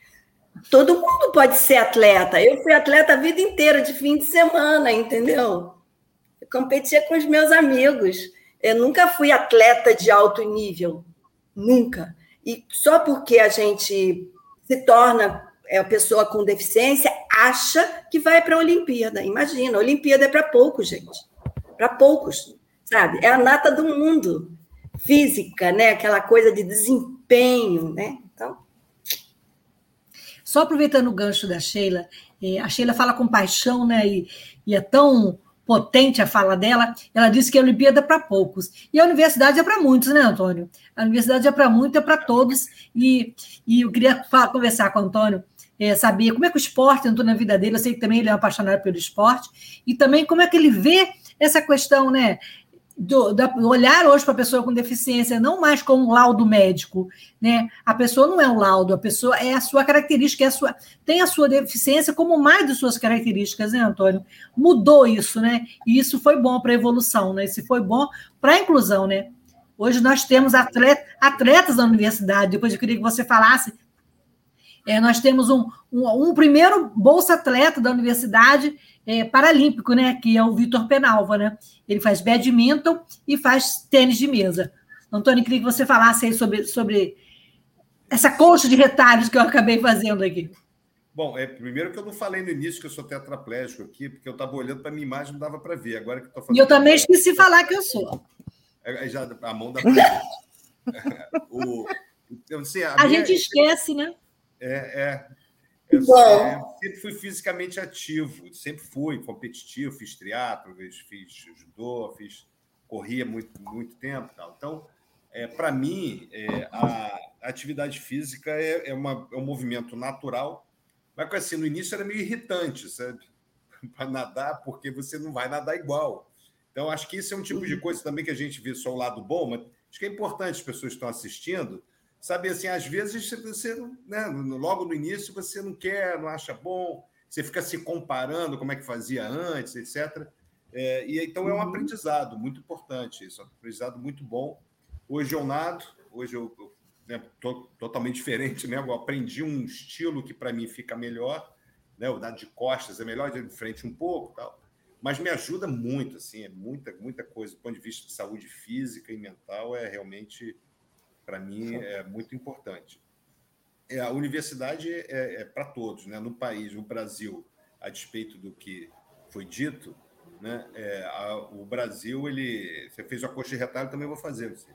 Todo mundo pode ser atleta. Eu fui atleta a vida inteira, de fim de semana, entendeu? Eu competia com os meus amigos. Eu nunca fui atleta de alto nível. Nunca. E só porque a gente se torna é, pessoa com deficiência, acha que vai para a Olimpíada. Imagina, a Olimpíada é para poucos, gente. Para poucos, sabe? É a nata do mundo. Física, né? Aquela coisa de desempenho, né? Então... Só aproveitando o gancho da Sheila, a Sheila fala com paixão, né? E, e é tão potente a fala dela. Ela disse que a Olimpíada é para poucos. E a universidade é para muitos, né, Antônio? A universidade é para muitos, é para todos. E, e eu queria falar, conversar com o Antônio, é, saber como é que o esporte entrou na vida dele. Eu sei que também ele é um apaixonado pelo esporte. E também como é que ele vê essa questão, né? Do, do olhar hoje para a pessoa com deficiência, não mais como um laudo médico, né? A pessoa não é um laudo, a pessoa é a sua característica, é a sua, tem a sua deficiência como mais de suas características, né, Antônio? Mudou isso, né? E isso foi bom para a evolução, né? Isso foi bom para a inclusão, né? Hoje nós temos atleta, atletas da universidade, depois eu queria que você falasse, é, nós temos um, um, um primeiro bolsa-atleta da universidade é, paralímpico, né, que é o Vitor Penalva, né? Ele faz badminton e faz tênis de mesa. Antônio, queria que você falasse aí sobre, sobre essa colcha de retalhos que eu acabei fazendo aqui. Bom, é, primeiro que eu não falei no início que eu sou tetraplégico aqui, porque eu estava olhando para a minha imagem, não dava para ver. Agora que eu tô fazendo... E eu também esqueci de falar que eu sou. É, já, a mão da o, então, assim, a, a minha, gente esquece, né? É, é, eu, eu sempre fui fisicamente ativo, sempre fui competitivo, fiz triatlo, fiz, fiz judô, fiz, corria muito, muito tempo. Tal. Então, é, para mim, é, a, a atividade física é, é, uma, é um movimento natural, mas assim, no início era meio irritante, sabe? Para nadar, porque você não vai nadar igual. Então, acho que isso é um tipo de coisa também que a gente vê só o lado bom, mas acho que é importante as pessoas que estão assistindo saber, assim, às vezes você, né, logo no início você não quer, não acha bom, você fica se comparando como é que fazia antes, etcétera. É, e então é um aprendizado muito importante, isso é um aprendizado muito bom. Hoje eu nado, hoje eu estou né, totalmente diferente, né? Eu aprendi um estilo que para mim fica melhor, né? O nado de costas é melhor, de frente um pouco, tal. Mas me ajuda muito, assim, é muita, muita coisa do ponto de vista de saúde física e mental, é realmente, para mim, é muito importante. É, a universidade é, é para todos, né? No país, no Brasil, a despeito do que foi dito, né? É, a, o Brasil, ele, você fez o acosto de retalho, também vou fazer. Assim.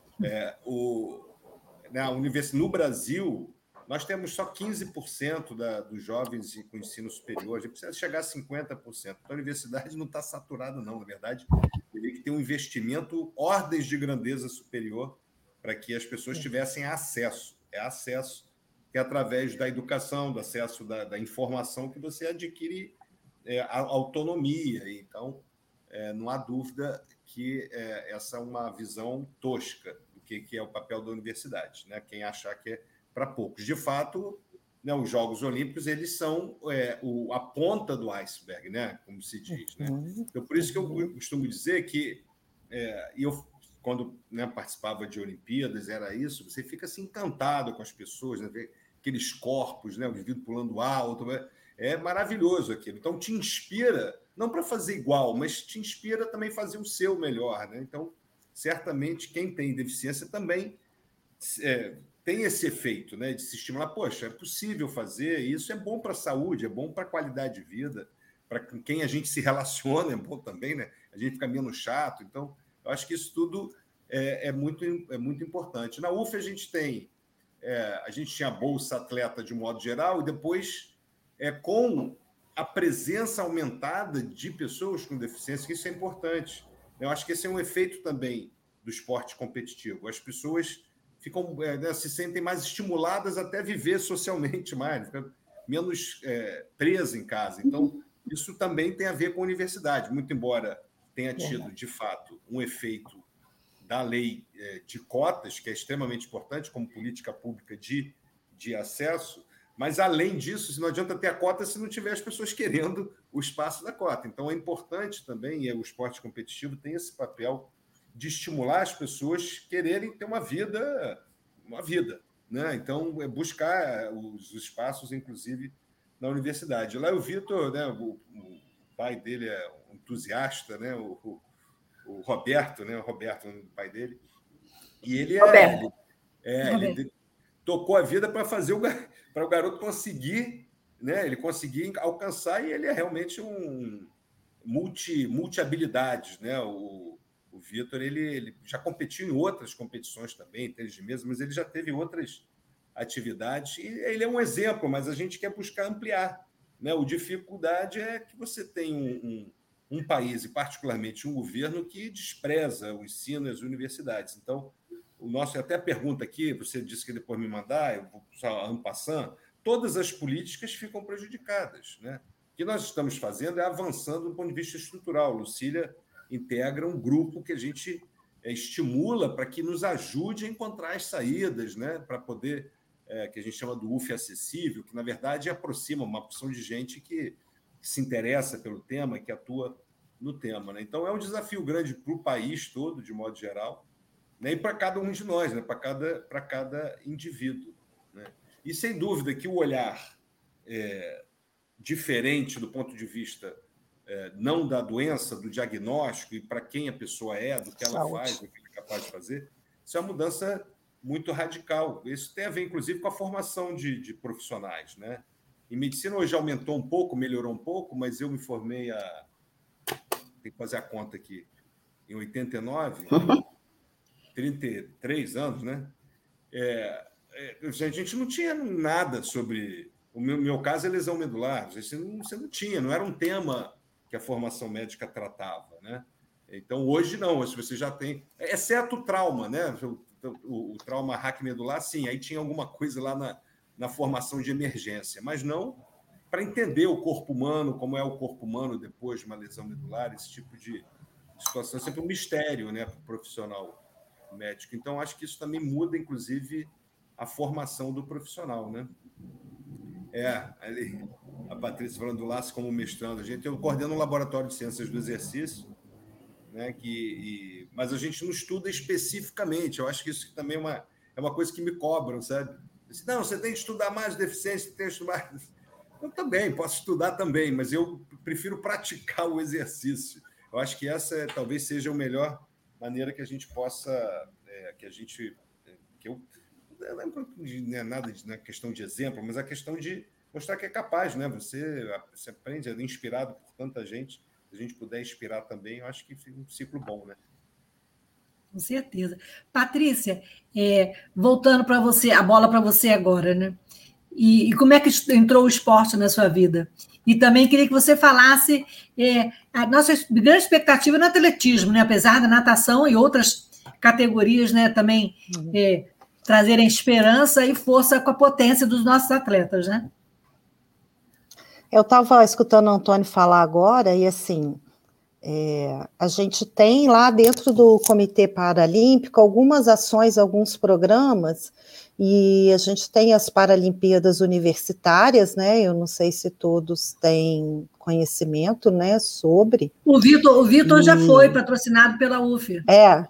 É, o, né, a universidade, no Brasil, nós temos só quinze por cento da, dos jovens com ensino superior, a gente precisa chegar a cinquenta por cento. Então, a universidade não está saturada, não. Na verdade, teria que ter um investimento, ordens de grandeza superior, para que as pessoas tivessem acesso. É acesso que é através da educação, do acesso da, da informação que você adquire é, a autonomia. Então, é, não há dúvida que é, essa é uma visão tosca do que, que é o papel da universidade, né? Quem achar que é para poucos. De fato, né, os Jogos Olímpicos eles são é, o, a ponta do iceberg, né? Como se diz. Né? Então, por isso que eu costumo dizer que, é, eu, quando né, participava de Olimpíadas, era isso, você fica assim, encantado com as pessoas, né? Ver aqueles corpos, né? O indivíduo pulando alto, né? É maravilhoso aquilo. Então, te inspira, não para fazer igual, mas te inspira também a fazer o seu melhor. Né? Então, certamente, quem tem deficiência também é, tem esse efeito, né, de se estimular. Poxa, é possível fazer, e isso é bom para a saúde, é bom para a qualidade de vida, para quem a gente se relaciona, é bom também, né? A gente fica menos chato. Então, eu acho que isso tudo é, é, muito, é muito importante. Na U F, a gente tem, é, a gente tinha a Bolsa Atleta de modo geral, e depois, é, com a presença aumentada de pessoas com deficiência, que isso é importante. Eu acho que esse é um efeito também do esporte competitivo. As pessoas ficam, né, se sentem mais estimuladas até viver socialmente mais, ficam menos é, presas em casa. Então, isso também tem a ver com a universidade, muito embora tenha tido, de fato, um efeito da lei é, de cotas, que é extremamente importante como política pública de, de acesso, mas, além disso, não adianta ter a cota se não tiver as pessoas querendo o espaço da cota. Então, é importante também, e o esporte competitivo tem esse papel de estimular as pessoas quererem ter uma vida, uma vida, né? Então, é buscar os espaços, inclusive, na universidade. Lá o Vitor, né, o, o pai dele é um entusiasta, né, o, o, o Roberto, né, o Roberto, o pai dele, e ele é, ele, é, ele tocou a vida para fazer o, para o garoto conseguir, né, ele conseguir alcançar, e ele é realmente um multi, multi-habilidades, né, o O Vitor, ele, ele já competiu em outras competições também, tênis de mesa, mas ele já teve outras atividades. E ele é um exemplo, mas a gente quer buscar ampliar. Né? O dificuldade é que você tem um, um, um país, e particularmente um governo, que despreza o ensino e as universidades. Então, o nosso, até a pergunta aqui, você disse que depois me mandar, eu vou só en passant, todas as políticas ficam prejudicadas. Né? O que nós estamos fazendo é avançando do ponto de vista estrutural. Lucília integra um grupo que a gente é, estimula para que nos ajude a encontrar as saídas, né, para poder, é, que a gente chama do U F acessível, que, na verdade, aproxima uma porção de gente que, que se interessa pelo tema, que atua no tema. Né? Então, é um desafio grande para o país todo, de modo geral, né, e para cada um de nós, né, para cada, para cada indivíduo. Né? E, sem dúvida, que o olhar é, diferente do ponto de vista É, não da doença, do diagnóstico e para quem a pessoa é, do que ela Saúde. faz, do que ela é capaz de fazer, isso é uma mudança muito radical. Isso tem a ver, inclusive, com a formação de, de profissionais. Né? Em medicina, hoje aumentou um pouco, melhorou um pouco, mas eu me formei a... Tem que fazer a conta aqui. Em oitenta e nove, trinta e três anos, né? É, é, a gente não tinha nada sobre... O meu, meu caso é lesão medular. Você não, você não tinha, não era um tema que a formação médica tratava, né? Então, hoje não, hoje você já tem... Exceto o trauma, né? O, o, o trauma raquimedular, sim, aí tinha alguma coisa lá na, na formação de emergência, mas não para entender o corpo humano, como é o corpo humano depois de uma lesão medular, esse tipo de situação é sempre um mistério, né, para o profissional médico. Então, acho que isso também muda, inclusive, a formação do profissional, né? É, ali, a Patrícia falando do Laço como mestrando. A gente, eu coordeno um laboratório de ciências do exercício, né, que, e, mas a gente não estuda especificamente. Eu acho que isso também é uma, é uma coisa que me cobram, sabe? Disse, não, você tem que estudar mais deficiência, tem que estudar mais... Eu também, posso estudar também, mas eu prefiro praticar o exercício. Eu acho que essa é, talvez seja a melhor maneira que a gente possa... É, que a gente... Que eu, não é nada de, não é questão de exemplo, mas a questão de mostrar que é capaz, né? Você, você aprende, é inspirado por tanta gente. Se a gente puder inspirar também, eu acho que fica um ciclo bom, né? Com certeza. Patrícia, é, voltando para você, a bola para você agora, né? E, e como é que entrou o esporte na sua vida? E também queria que você falasse é, a nossa grande expectativa no atletismo, né? Apesar da natação e outras categorias, né? Também é, trazerem esperança e força com a potência dos nossos atletas, né? Eu estava escutando o Antônio falar agora e, assim, é, a gente tem lá dentro do Comitê Paralímpico algumas ações, alguns programas, e a gente tem as Paralimpíadas Universitárias, né? Eu não sei se todos têm conhecimento, né, sobre. O Vitor, o Vitor e... já foi patrocinado pela U F. É.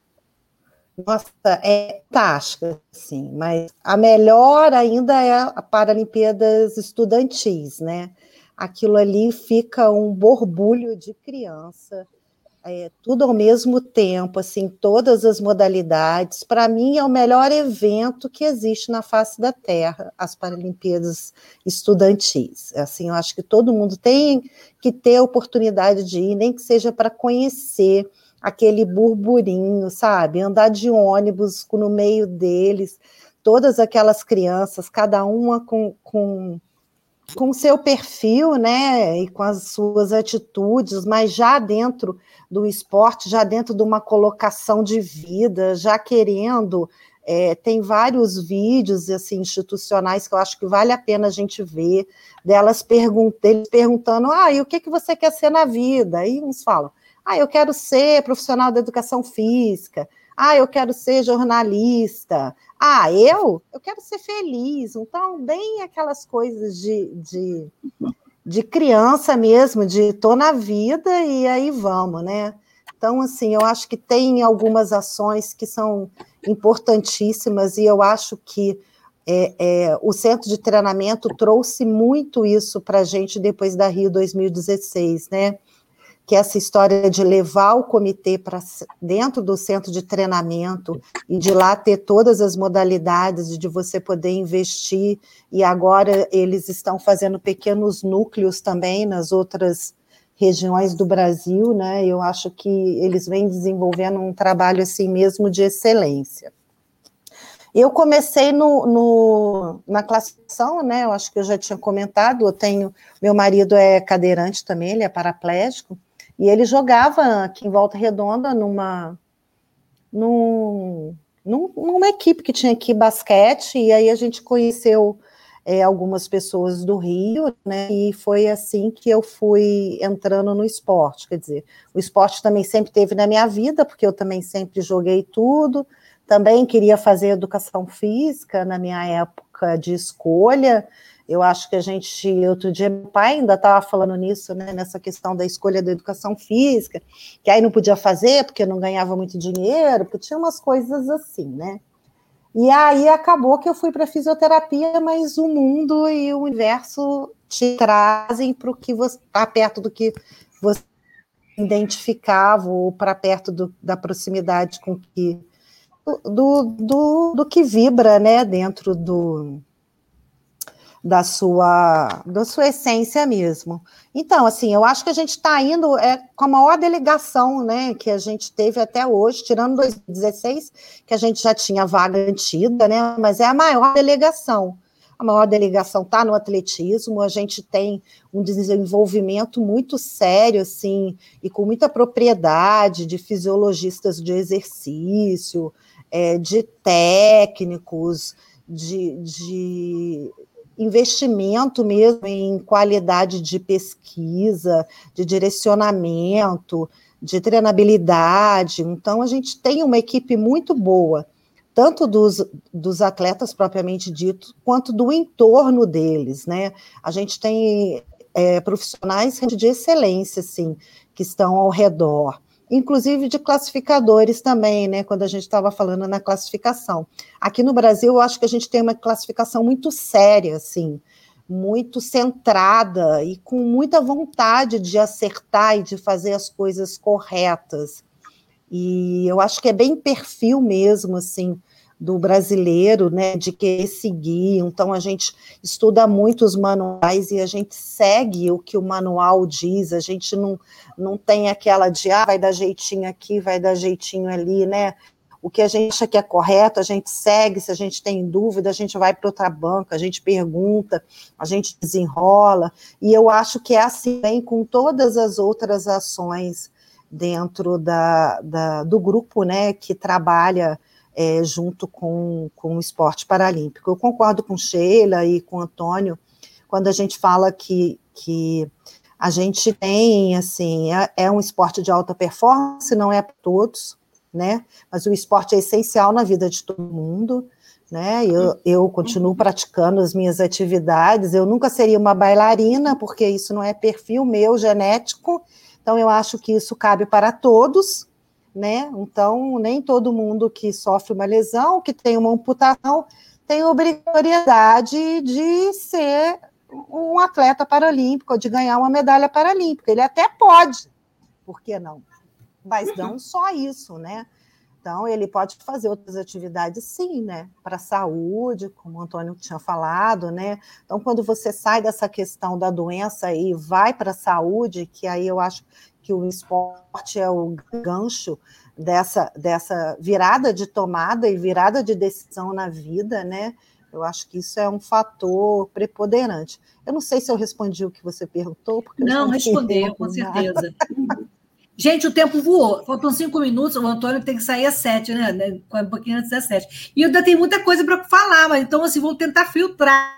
Nossa, é fantástica, sim, mas a melhor ainda é a Paralimpíadas Estudantis, né? Aquilo ali fica um borbulho de criança, é, tudo ao mesmo tempo, assim, todas as modalidades. Para mim, é o melhor evento que existe na face da Terra, as Paralimpíadas Estudantis. Assim, eu acho que todo mundo tem que ter a oportunidade de ir, nem que seja para conhecer aquele burburinho, sabe? Andar de ônibus no meio deles, todas aquelas crianças, cada uma com... com com o seu perfil, né, e com as suas atitudes, mas já dentro do esporte, já dentro de uma colocação de vida, já querendo, é, tem vários vídeos, assim, institucionais que eu acho que vale a pena a gente ver, delas pergunt- deles perguntando, ah, e o que, que você quer ser na vida? Aí uns falam, ah, eu quero ser profissional da educação física, ah, eu quero ser jornalista. Ah, eu? Eu quero ser feliz. Então, bem aquelas coisas de, de, de criança mesmo, de tô na vida e aí vamos, né? Então, assim, eu acho que tem algumas ações que são importantíssimas e eu acho que é, é, o centro de treinamento trouxe muito isso para a gente depois da Rio dois mil e dezesseis, né? Que essa história de levar o comitê para dentro do centro de treinamento e de lá ter todas as modalidades de você poder investir, e agora eles estão fazendo pequenos núcleos também nas outras regiões do Brasil, né? Eu acho que eles vêm desenvolvendo um trabalho assim mesmo de excelência. Eu comecei no, no, na classificação, né? Eu acho que eu já tinha comentado, eu tenho, meu marido é cadeirante também, ele é paraplégico, e ele jogava aqui em Volta Redonda numa, num, num, numa equipe que tinha aqui basquete, e aí a gente conheceu é, algumas pessoas do Rio, né, e foi assim que eu fui entrando no esporte, quer dizer, o esporte também sempre teve na minha vida, porque eu também sempre joguei tudo, também queria fazer educação física na minha época de escolha. Eu acho que a gente, outro dia, meu pai ainda estava falando nisso, né, nessa questão da escolha da educação física, que aí não podia fazer porque não ganhava muito dinheiro, porque tinha umas coisas assim, né? E aí acabou que eu fui para fisioterapia, mas o mundo e o universo te trazem para o que você está perto do que você identificava, ou para perto do, da proximidade com que do, do, do que vibra, né, dentro do da sua, da sua essência mesmo. Então, assim, eu acho que a gente está indo é, com a maior delegação, né, que a gente teve até hoje, tirando dois mil e dezesseis, que a gente já tinha vaga antiga, né, mas é a maior delegação. A maior delegação está no atletismo, a gente tem um desenvolvimento muito sério, assim, e com muita propriedade de fisiologistas de exercício, é, de técnicos, de, de investimento mesmo em qualidade de pesquisa, de direcionamento, de treinabilidade. Então, a gente tem uma equipe muito boa, tanto dos, dos atletas propriamente dito, quanto do entorno deles, né? A gente tem é, profissionais de excelência, assim, que estão ao redor, inclusive de classificadores também, né? Quando a gente estava falando na classificação. Aqui no Brasil, eu acho que a gente tem uma classificação muito séria, assim, muito centrada e com muita vontade de acertar e de fazer as coisas corretas. E eu acho que é bem perfil mesmo, assim, do brasileiro, né, de querer seguir. Então, a gente estuda muito os manuais e a gente segue o que o manual diz, a gente não, não tem aquela de, ah, vai dar jeitinho aqui, vai dar jeitinho ali, né? O que a gente acha que é correto, a gente segue, se a gente tem dúvida, a gente vai para outra banca, a gente pergunta, a gente desenrola, e eu acho que é assim bem com todas as outras ações dentro da, da, do grupo, né, que trabalha é, junto com, com o esporte paralímpico. Eu concordo com Sheila e com Antônio, quando a gente fala que, que a gente tem, assim, é, é um esporte de alta performance, não é para todos, né, mas o esporte é essencial na vida de todo mundo, né, eu, eu continuo praticando as minhas atividades, eu nunca seria uma bailarina, porque isso não é perfil meu, genético. Então, eu acho que isso cabe para todos, né? Então, nem todo mundo que sofre uma lesão, que tem uma amputação, tem obrigatoriedade de ser um atleta paralímpico, de ganhar uma medalha paralímpica. Ele até pode, por que não? Mas não só isso, né? Então, ele pode fazer outras atividades, sim, né? Para a saúde, como o Antônio tinha falado, né? Então, quando você sai dessa questão da doença e vai para a saúde, que aí eu acho que o esporte é o gancho dessa, dessa virada de tomada e virada de decisão na vida, né? Eu acho que isso é um fator preponderante. Eu não sei se eu respondi o que você perguntou. Porque não, respondeu, com certeza. Gente, o tempo voou. Faltam cinco minutos. O Antônio tem que sair às sete, né? Um pouquinho antes das sete. E eu ainda tenho muita coisa para falar, mas então, assim, vou tentar filtrar.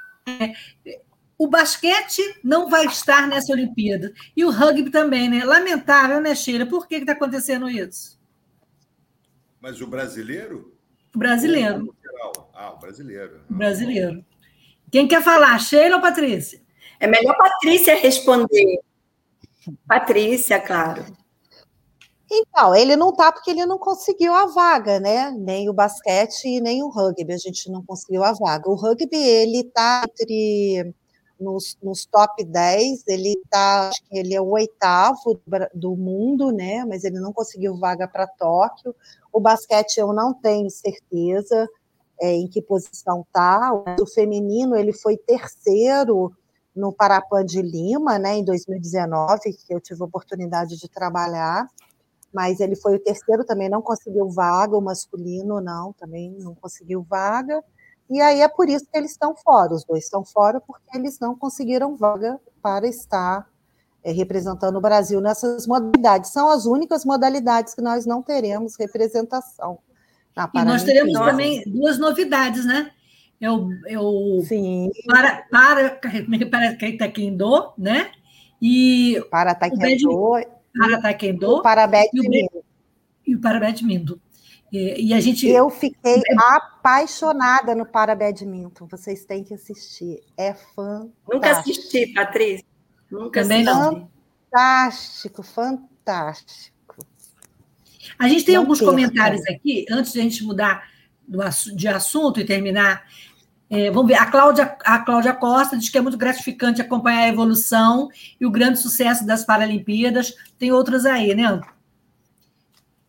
O basquete não vai estar nessa Olimpíada. E o rugby também, né? Lamentável, né, Sheila? Por que está acontecendo isso? Mas o brasileiro? O brasileiro. Ah, o brasileiro. O brasileiro. Quem quer falar, Sheila ou Patrícia? É melhor Patrícia responder. Patrícia, claro. Então, ele não está porque ele não conseguiu a vaga, né? Nem o basquete e nem o rugby, a gente não conseguiu a vaga. O rugby, ele está entre nos, nos top dez, ele está, acho que ele é o oitavo do mundo, né? Mas ele não conseguiu vaga para Tóquio. O basquete eu não tenho certeza é, em que posição está. O feminino, ele foi terceiro no Parapan de Lima, né, em dois mil e dezenove, que eu tive a oportunidade de trabalhar, mas ele foi o terceiro, também não conseguiu vaga, o masculino não, também não conseguiu vaga, e aí é por isso que eles estão fora, os dois estão fora, porque eles não conseguiram vaga para estar é, representando o Brasil nessas modalidades. São as únicas modalidades que nós não teremos representação na Paralimpíada. E nós teremos também duas novidades, né? Eu, eu Sim. para para para taekwondo, né? E para taekwondo, para taekwondo, para badminton e o para badminton. E, e a gente eu fiquei é... apaixonada no para badminton. Vocês têm que assistir, é fantástico. Nunca assisti, Patrícia. Nunca Também assisti. Fantástico, fantástico. A gente tem não alguns perca. comentários aqui antes de a gente mudar de assunto e terminar. É, vamos ver, a Cláudia, a Cláudia Costa diz que é muito gratificante acompanhar a evolução e o grande sucesso das Paralimpíadas. Tem outras aí, né?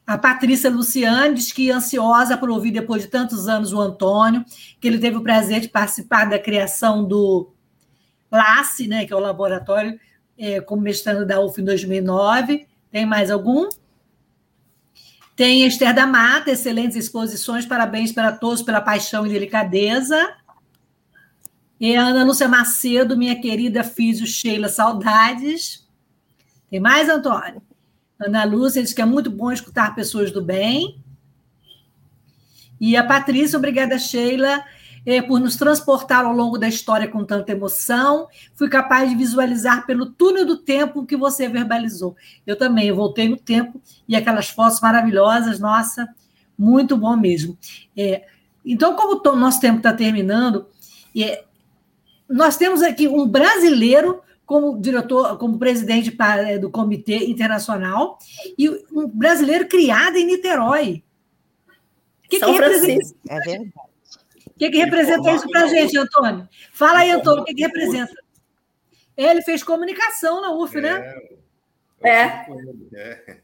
A Patrícia Luciane diz que ansiosa por ouvir depois de tantos anos o Antônio, que ele teve o prazer de participar da criação do LACE, né, que é o laboratório, é, como mestrando da U F em dois mil e nove. Tem mais algum? Tem Esther da Mata, excelentes exposições, parabéns para todos pela paixão e delicadeza. E a Ana Lúcia Macedo, minha querida físio Sheila, saudades. Tem mais, Antônio? Ana Lúcia diz que é muito bom escutar pessoas do bem. E a Patrícia, obrigada, Sheila, é, por nos transportar ao longo da história com tanta emoção. Fui capaz de visualizar pelo túnel do tempo o que você verbalizou. Eu também, eu voltei no tempo e aquelas fotos maravilhosas, nossa, muito bom mesmo. É, então, como o nosso tempo está terminando, é, nós temos aqui um brasileiro como diretor, como presidente do Comitê Internacional, e um brasileiro criado em Niterói. O que, São que Francisco. É verdade. O que, que representa isso para a gente, Antônio? Fala aí, Antônio, o que, que representa? Ele fez comunicação na U F, né? É. É.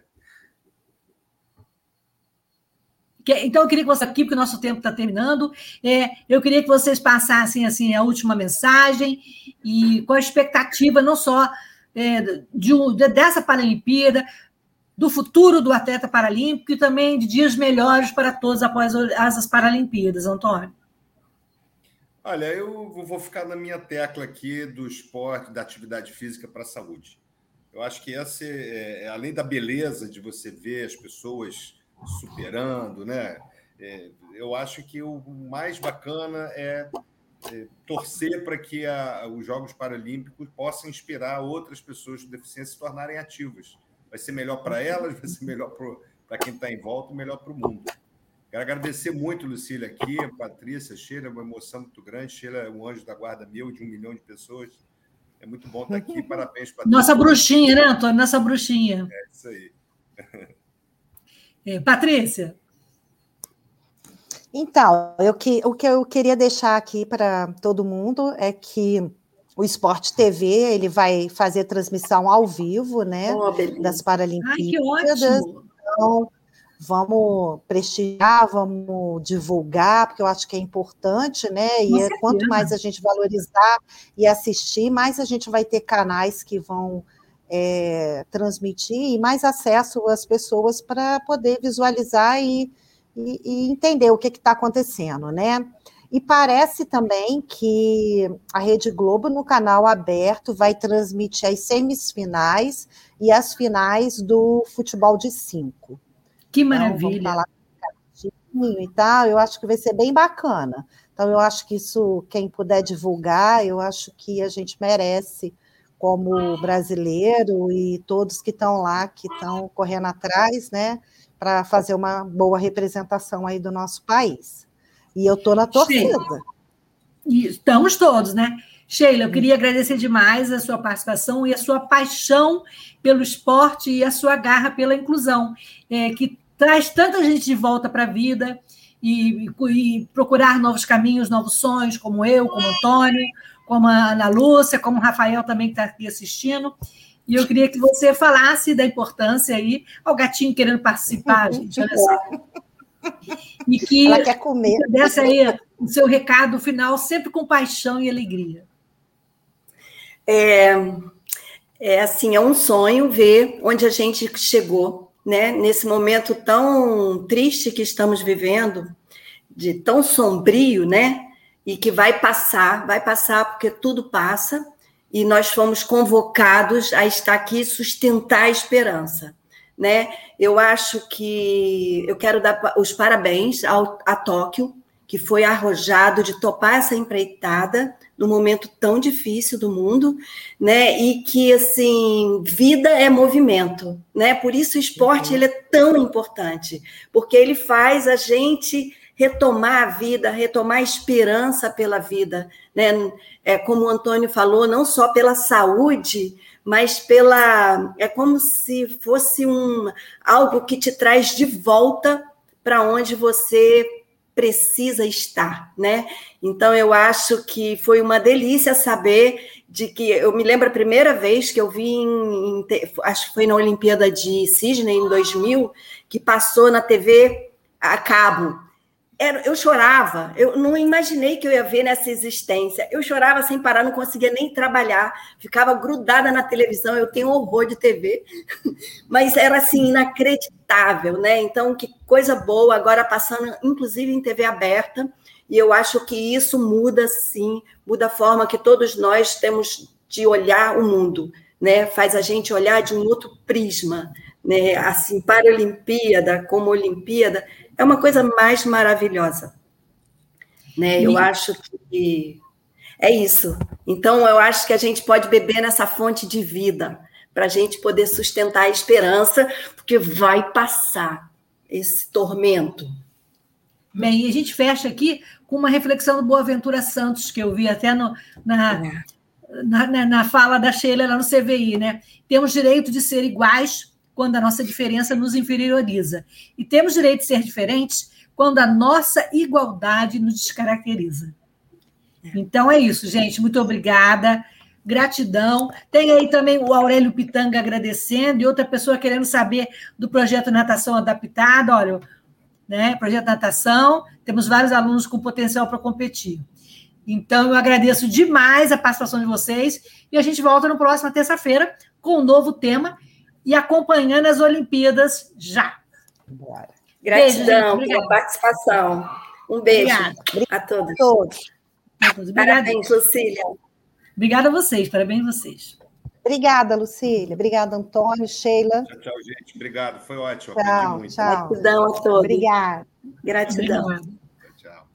Então, eu queria que você aqui, porque o nosso tempo está terminando, é, eu queria que vocês passassem assim, a última mensagem e com a expectativa não só é, de, de, dessa Paralimpíada, do futuro do atleta paralímpico e também de dias melhores para todos após as Paralimpíadas, Antônio. Olha, eu vou ficar na minha tecla aqui do esporte, da atividade física para a saúde. Eu acho que essa, é, além da beleza de você ver as pessoas superando, né? É, eu acho que o mais bacana é, é torcer para que a, os Jogos Paralímpicos possam inspirar outras pessoas com deficiência a se tornarem ativas. Vai ser melhor para elas, vai ser melhor para quem está em volta, melhor para o mundo. Quero agradecer muito, Lucília, aqui, a Patrícia, Sheila, uma emoção muito grande. Sheila é um anjo da guarda meu, de um milhão de pessoas. É muito bom estar aqui. Parabéns, Patrícia. Nossa bruxinha, né, Antônio? Nossa bruxinha. É isso aí. É, Patrícia? Então, eu que, o que eu queria deixar aqui para todo mundo é que o Sport T V ele vai fazer transmissão ao vivo, né, oh, das Paralimpíadas. Ai, que ótimo! Então, vamos prestigiar, vamos divulgar, porque eu acho que é importante, né? E é, quanto mais a gente valorizar e assistir, mais a gente vai ter canais que vão É, transmitir e mais acesso às pessoas para poder visualizar e, e, e entender o que está acontecendo, né? E parece também que a Rede Globo, no canal aberto, vai transmitir as semifinais e as finais do futebol de cinco. Que maravilha! Então, vamos falar e tal, eu acho que vai ser bem bacana. Então, eu acho que isso, quem puder divulgar, eu acho que a gente merece, como brasileiro e todos que estão lá, que estão correndo atrás, né, para fazer uma boa representação aí do nosso país. E eu estou na torcida. E estamos todos, né? Sheila, eu queria agradecer demais a sua participação e a sua paixão pelo esporte e a sua garra pela inclusão, é, que traz tanta gente de volta para a vida e, e procurar novos caminhos, novos sonhos, como eu, como Antônio, como a Ana Lúcia, como o Rafael também que está aqui assistindo. E eu queria que você falasse da importância aí, ao gatinho querendo participar, gente, olha só. E que ela quer comer. Desse aí o seu recado final, sempre com paixão e alegria. É, é assim, é um sonho ver onde a gente chegou, né? Nesse momento tão triste que estamos vivendo, de tão sombrio, né? E que vai passar, vai passar porque tudo passa, e nós fomos convocados a estar aqui e sustentar a esperança, né? Eu acho que eu quero dar os parabéns ao, a Tóquio, que foi arrojado de topar essa empreitada num momento tão difícil do mundo, né? E que, assim, vida é movimento, né? Por isso o esporte uhum. ele é tão importante, porque ele faz a gente retomar a vida, retomar a esperança pela vida, né? É, como o Antônio falou, não só pela saúde, mas pela... É como se fosse um, algo que te traz de volta para onde você precisa estar, né? Então, eu acho que foi uma delícia saber de que... Eu me lembro a primeira vez que eu vi, em, em, acho que foi na Olimpíada de Sydney, em dois mil, que passou na T V a cabo. Era, eu chorava, eu não imaginei que eu ia ver nessa existência. Eu chorava sem parar, não conseguia nem trabalhar, ficava grudada na televisão, eu tenho horror de T V, mas era assim, inacreditável, né? Então, que coisa boa, agora passando, inclusive, em T V aberta, e eu acho que isso muda, sim, muda a forma que todos nós temos de olhar o mundo, né? Faz a gente olhar de um outro prisma, né? Assim, para a Olimpíada, como Olimpíada, é uma coisa mais maravilhosa, né? Eu acho que é isso. Então, eu acho que a gente pode beber nessa fonte de vida, para a gente poder sustentar a esperança, porque vai passar esse tormento. Bem, e a gente fecha aqui com uma reflexão do Boaventura Santos, que eu vi até no, na, é. na, na, na fala da Sheila lá no C V I, né? Temos direito de ser iguais quando a nossa diferença nos inferioriza. E temos direito de ser diferentes quando a nossa igualdade nos descaracteriza. Então é isso, gente. Muito obrigada. Gratidão. Tem aí também o Aurélio Pitanga agradecendo e outra pessoa querendo saber do projeto Natação Adaptada. Olha, né, projeto Natação, temos vários alunos com potencial para competir. Então, eu agradeço demais a participação de vocês e a gente volta na próxima terça-feira com um novo tema e acompanhando as Olimpíadas já. Bora. Gratidão beijo, pela participação. Um beijo Obrigada. a todos. A todos. A todos. Parabéns, Lucília. Obrigada a vocês, parabéns a vocês. Obrigada, Lucília. Obrigada, Antônio, Sheila. Tchau, tchau, gente. Obrigado, foi ótimo. Tchau, Aprendi muito. tchau. Gratidão a todos. Obrigada. Gratidão. Tchau.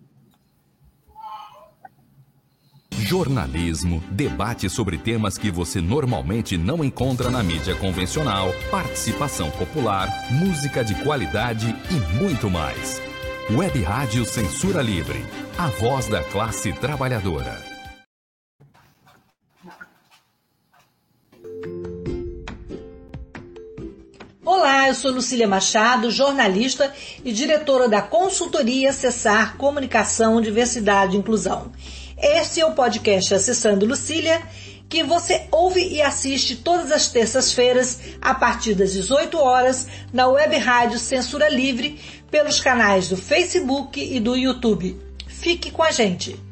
Jornalismo, debate sobre temas que você normalmente não encontra na mídia convencional, participação popular, música de qualidade e muito mais. Web Rádio Censura Livre, a voz da classe trabalhadora. Olá, eu sou Lucília Machado, jornalista e diretora da consultoria Acessar Comunicação, Diversidade e Inclusão. Este é o podcast Acessando Lucília, que você ouve e assiste todas as terças-feiras, a partir das dezoito horas, na Web Rádio Censura Livre, pelos canais do Facebook e do YouTube. Fique com a gente!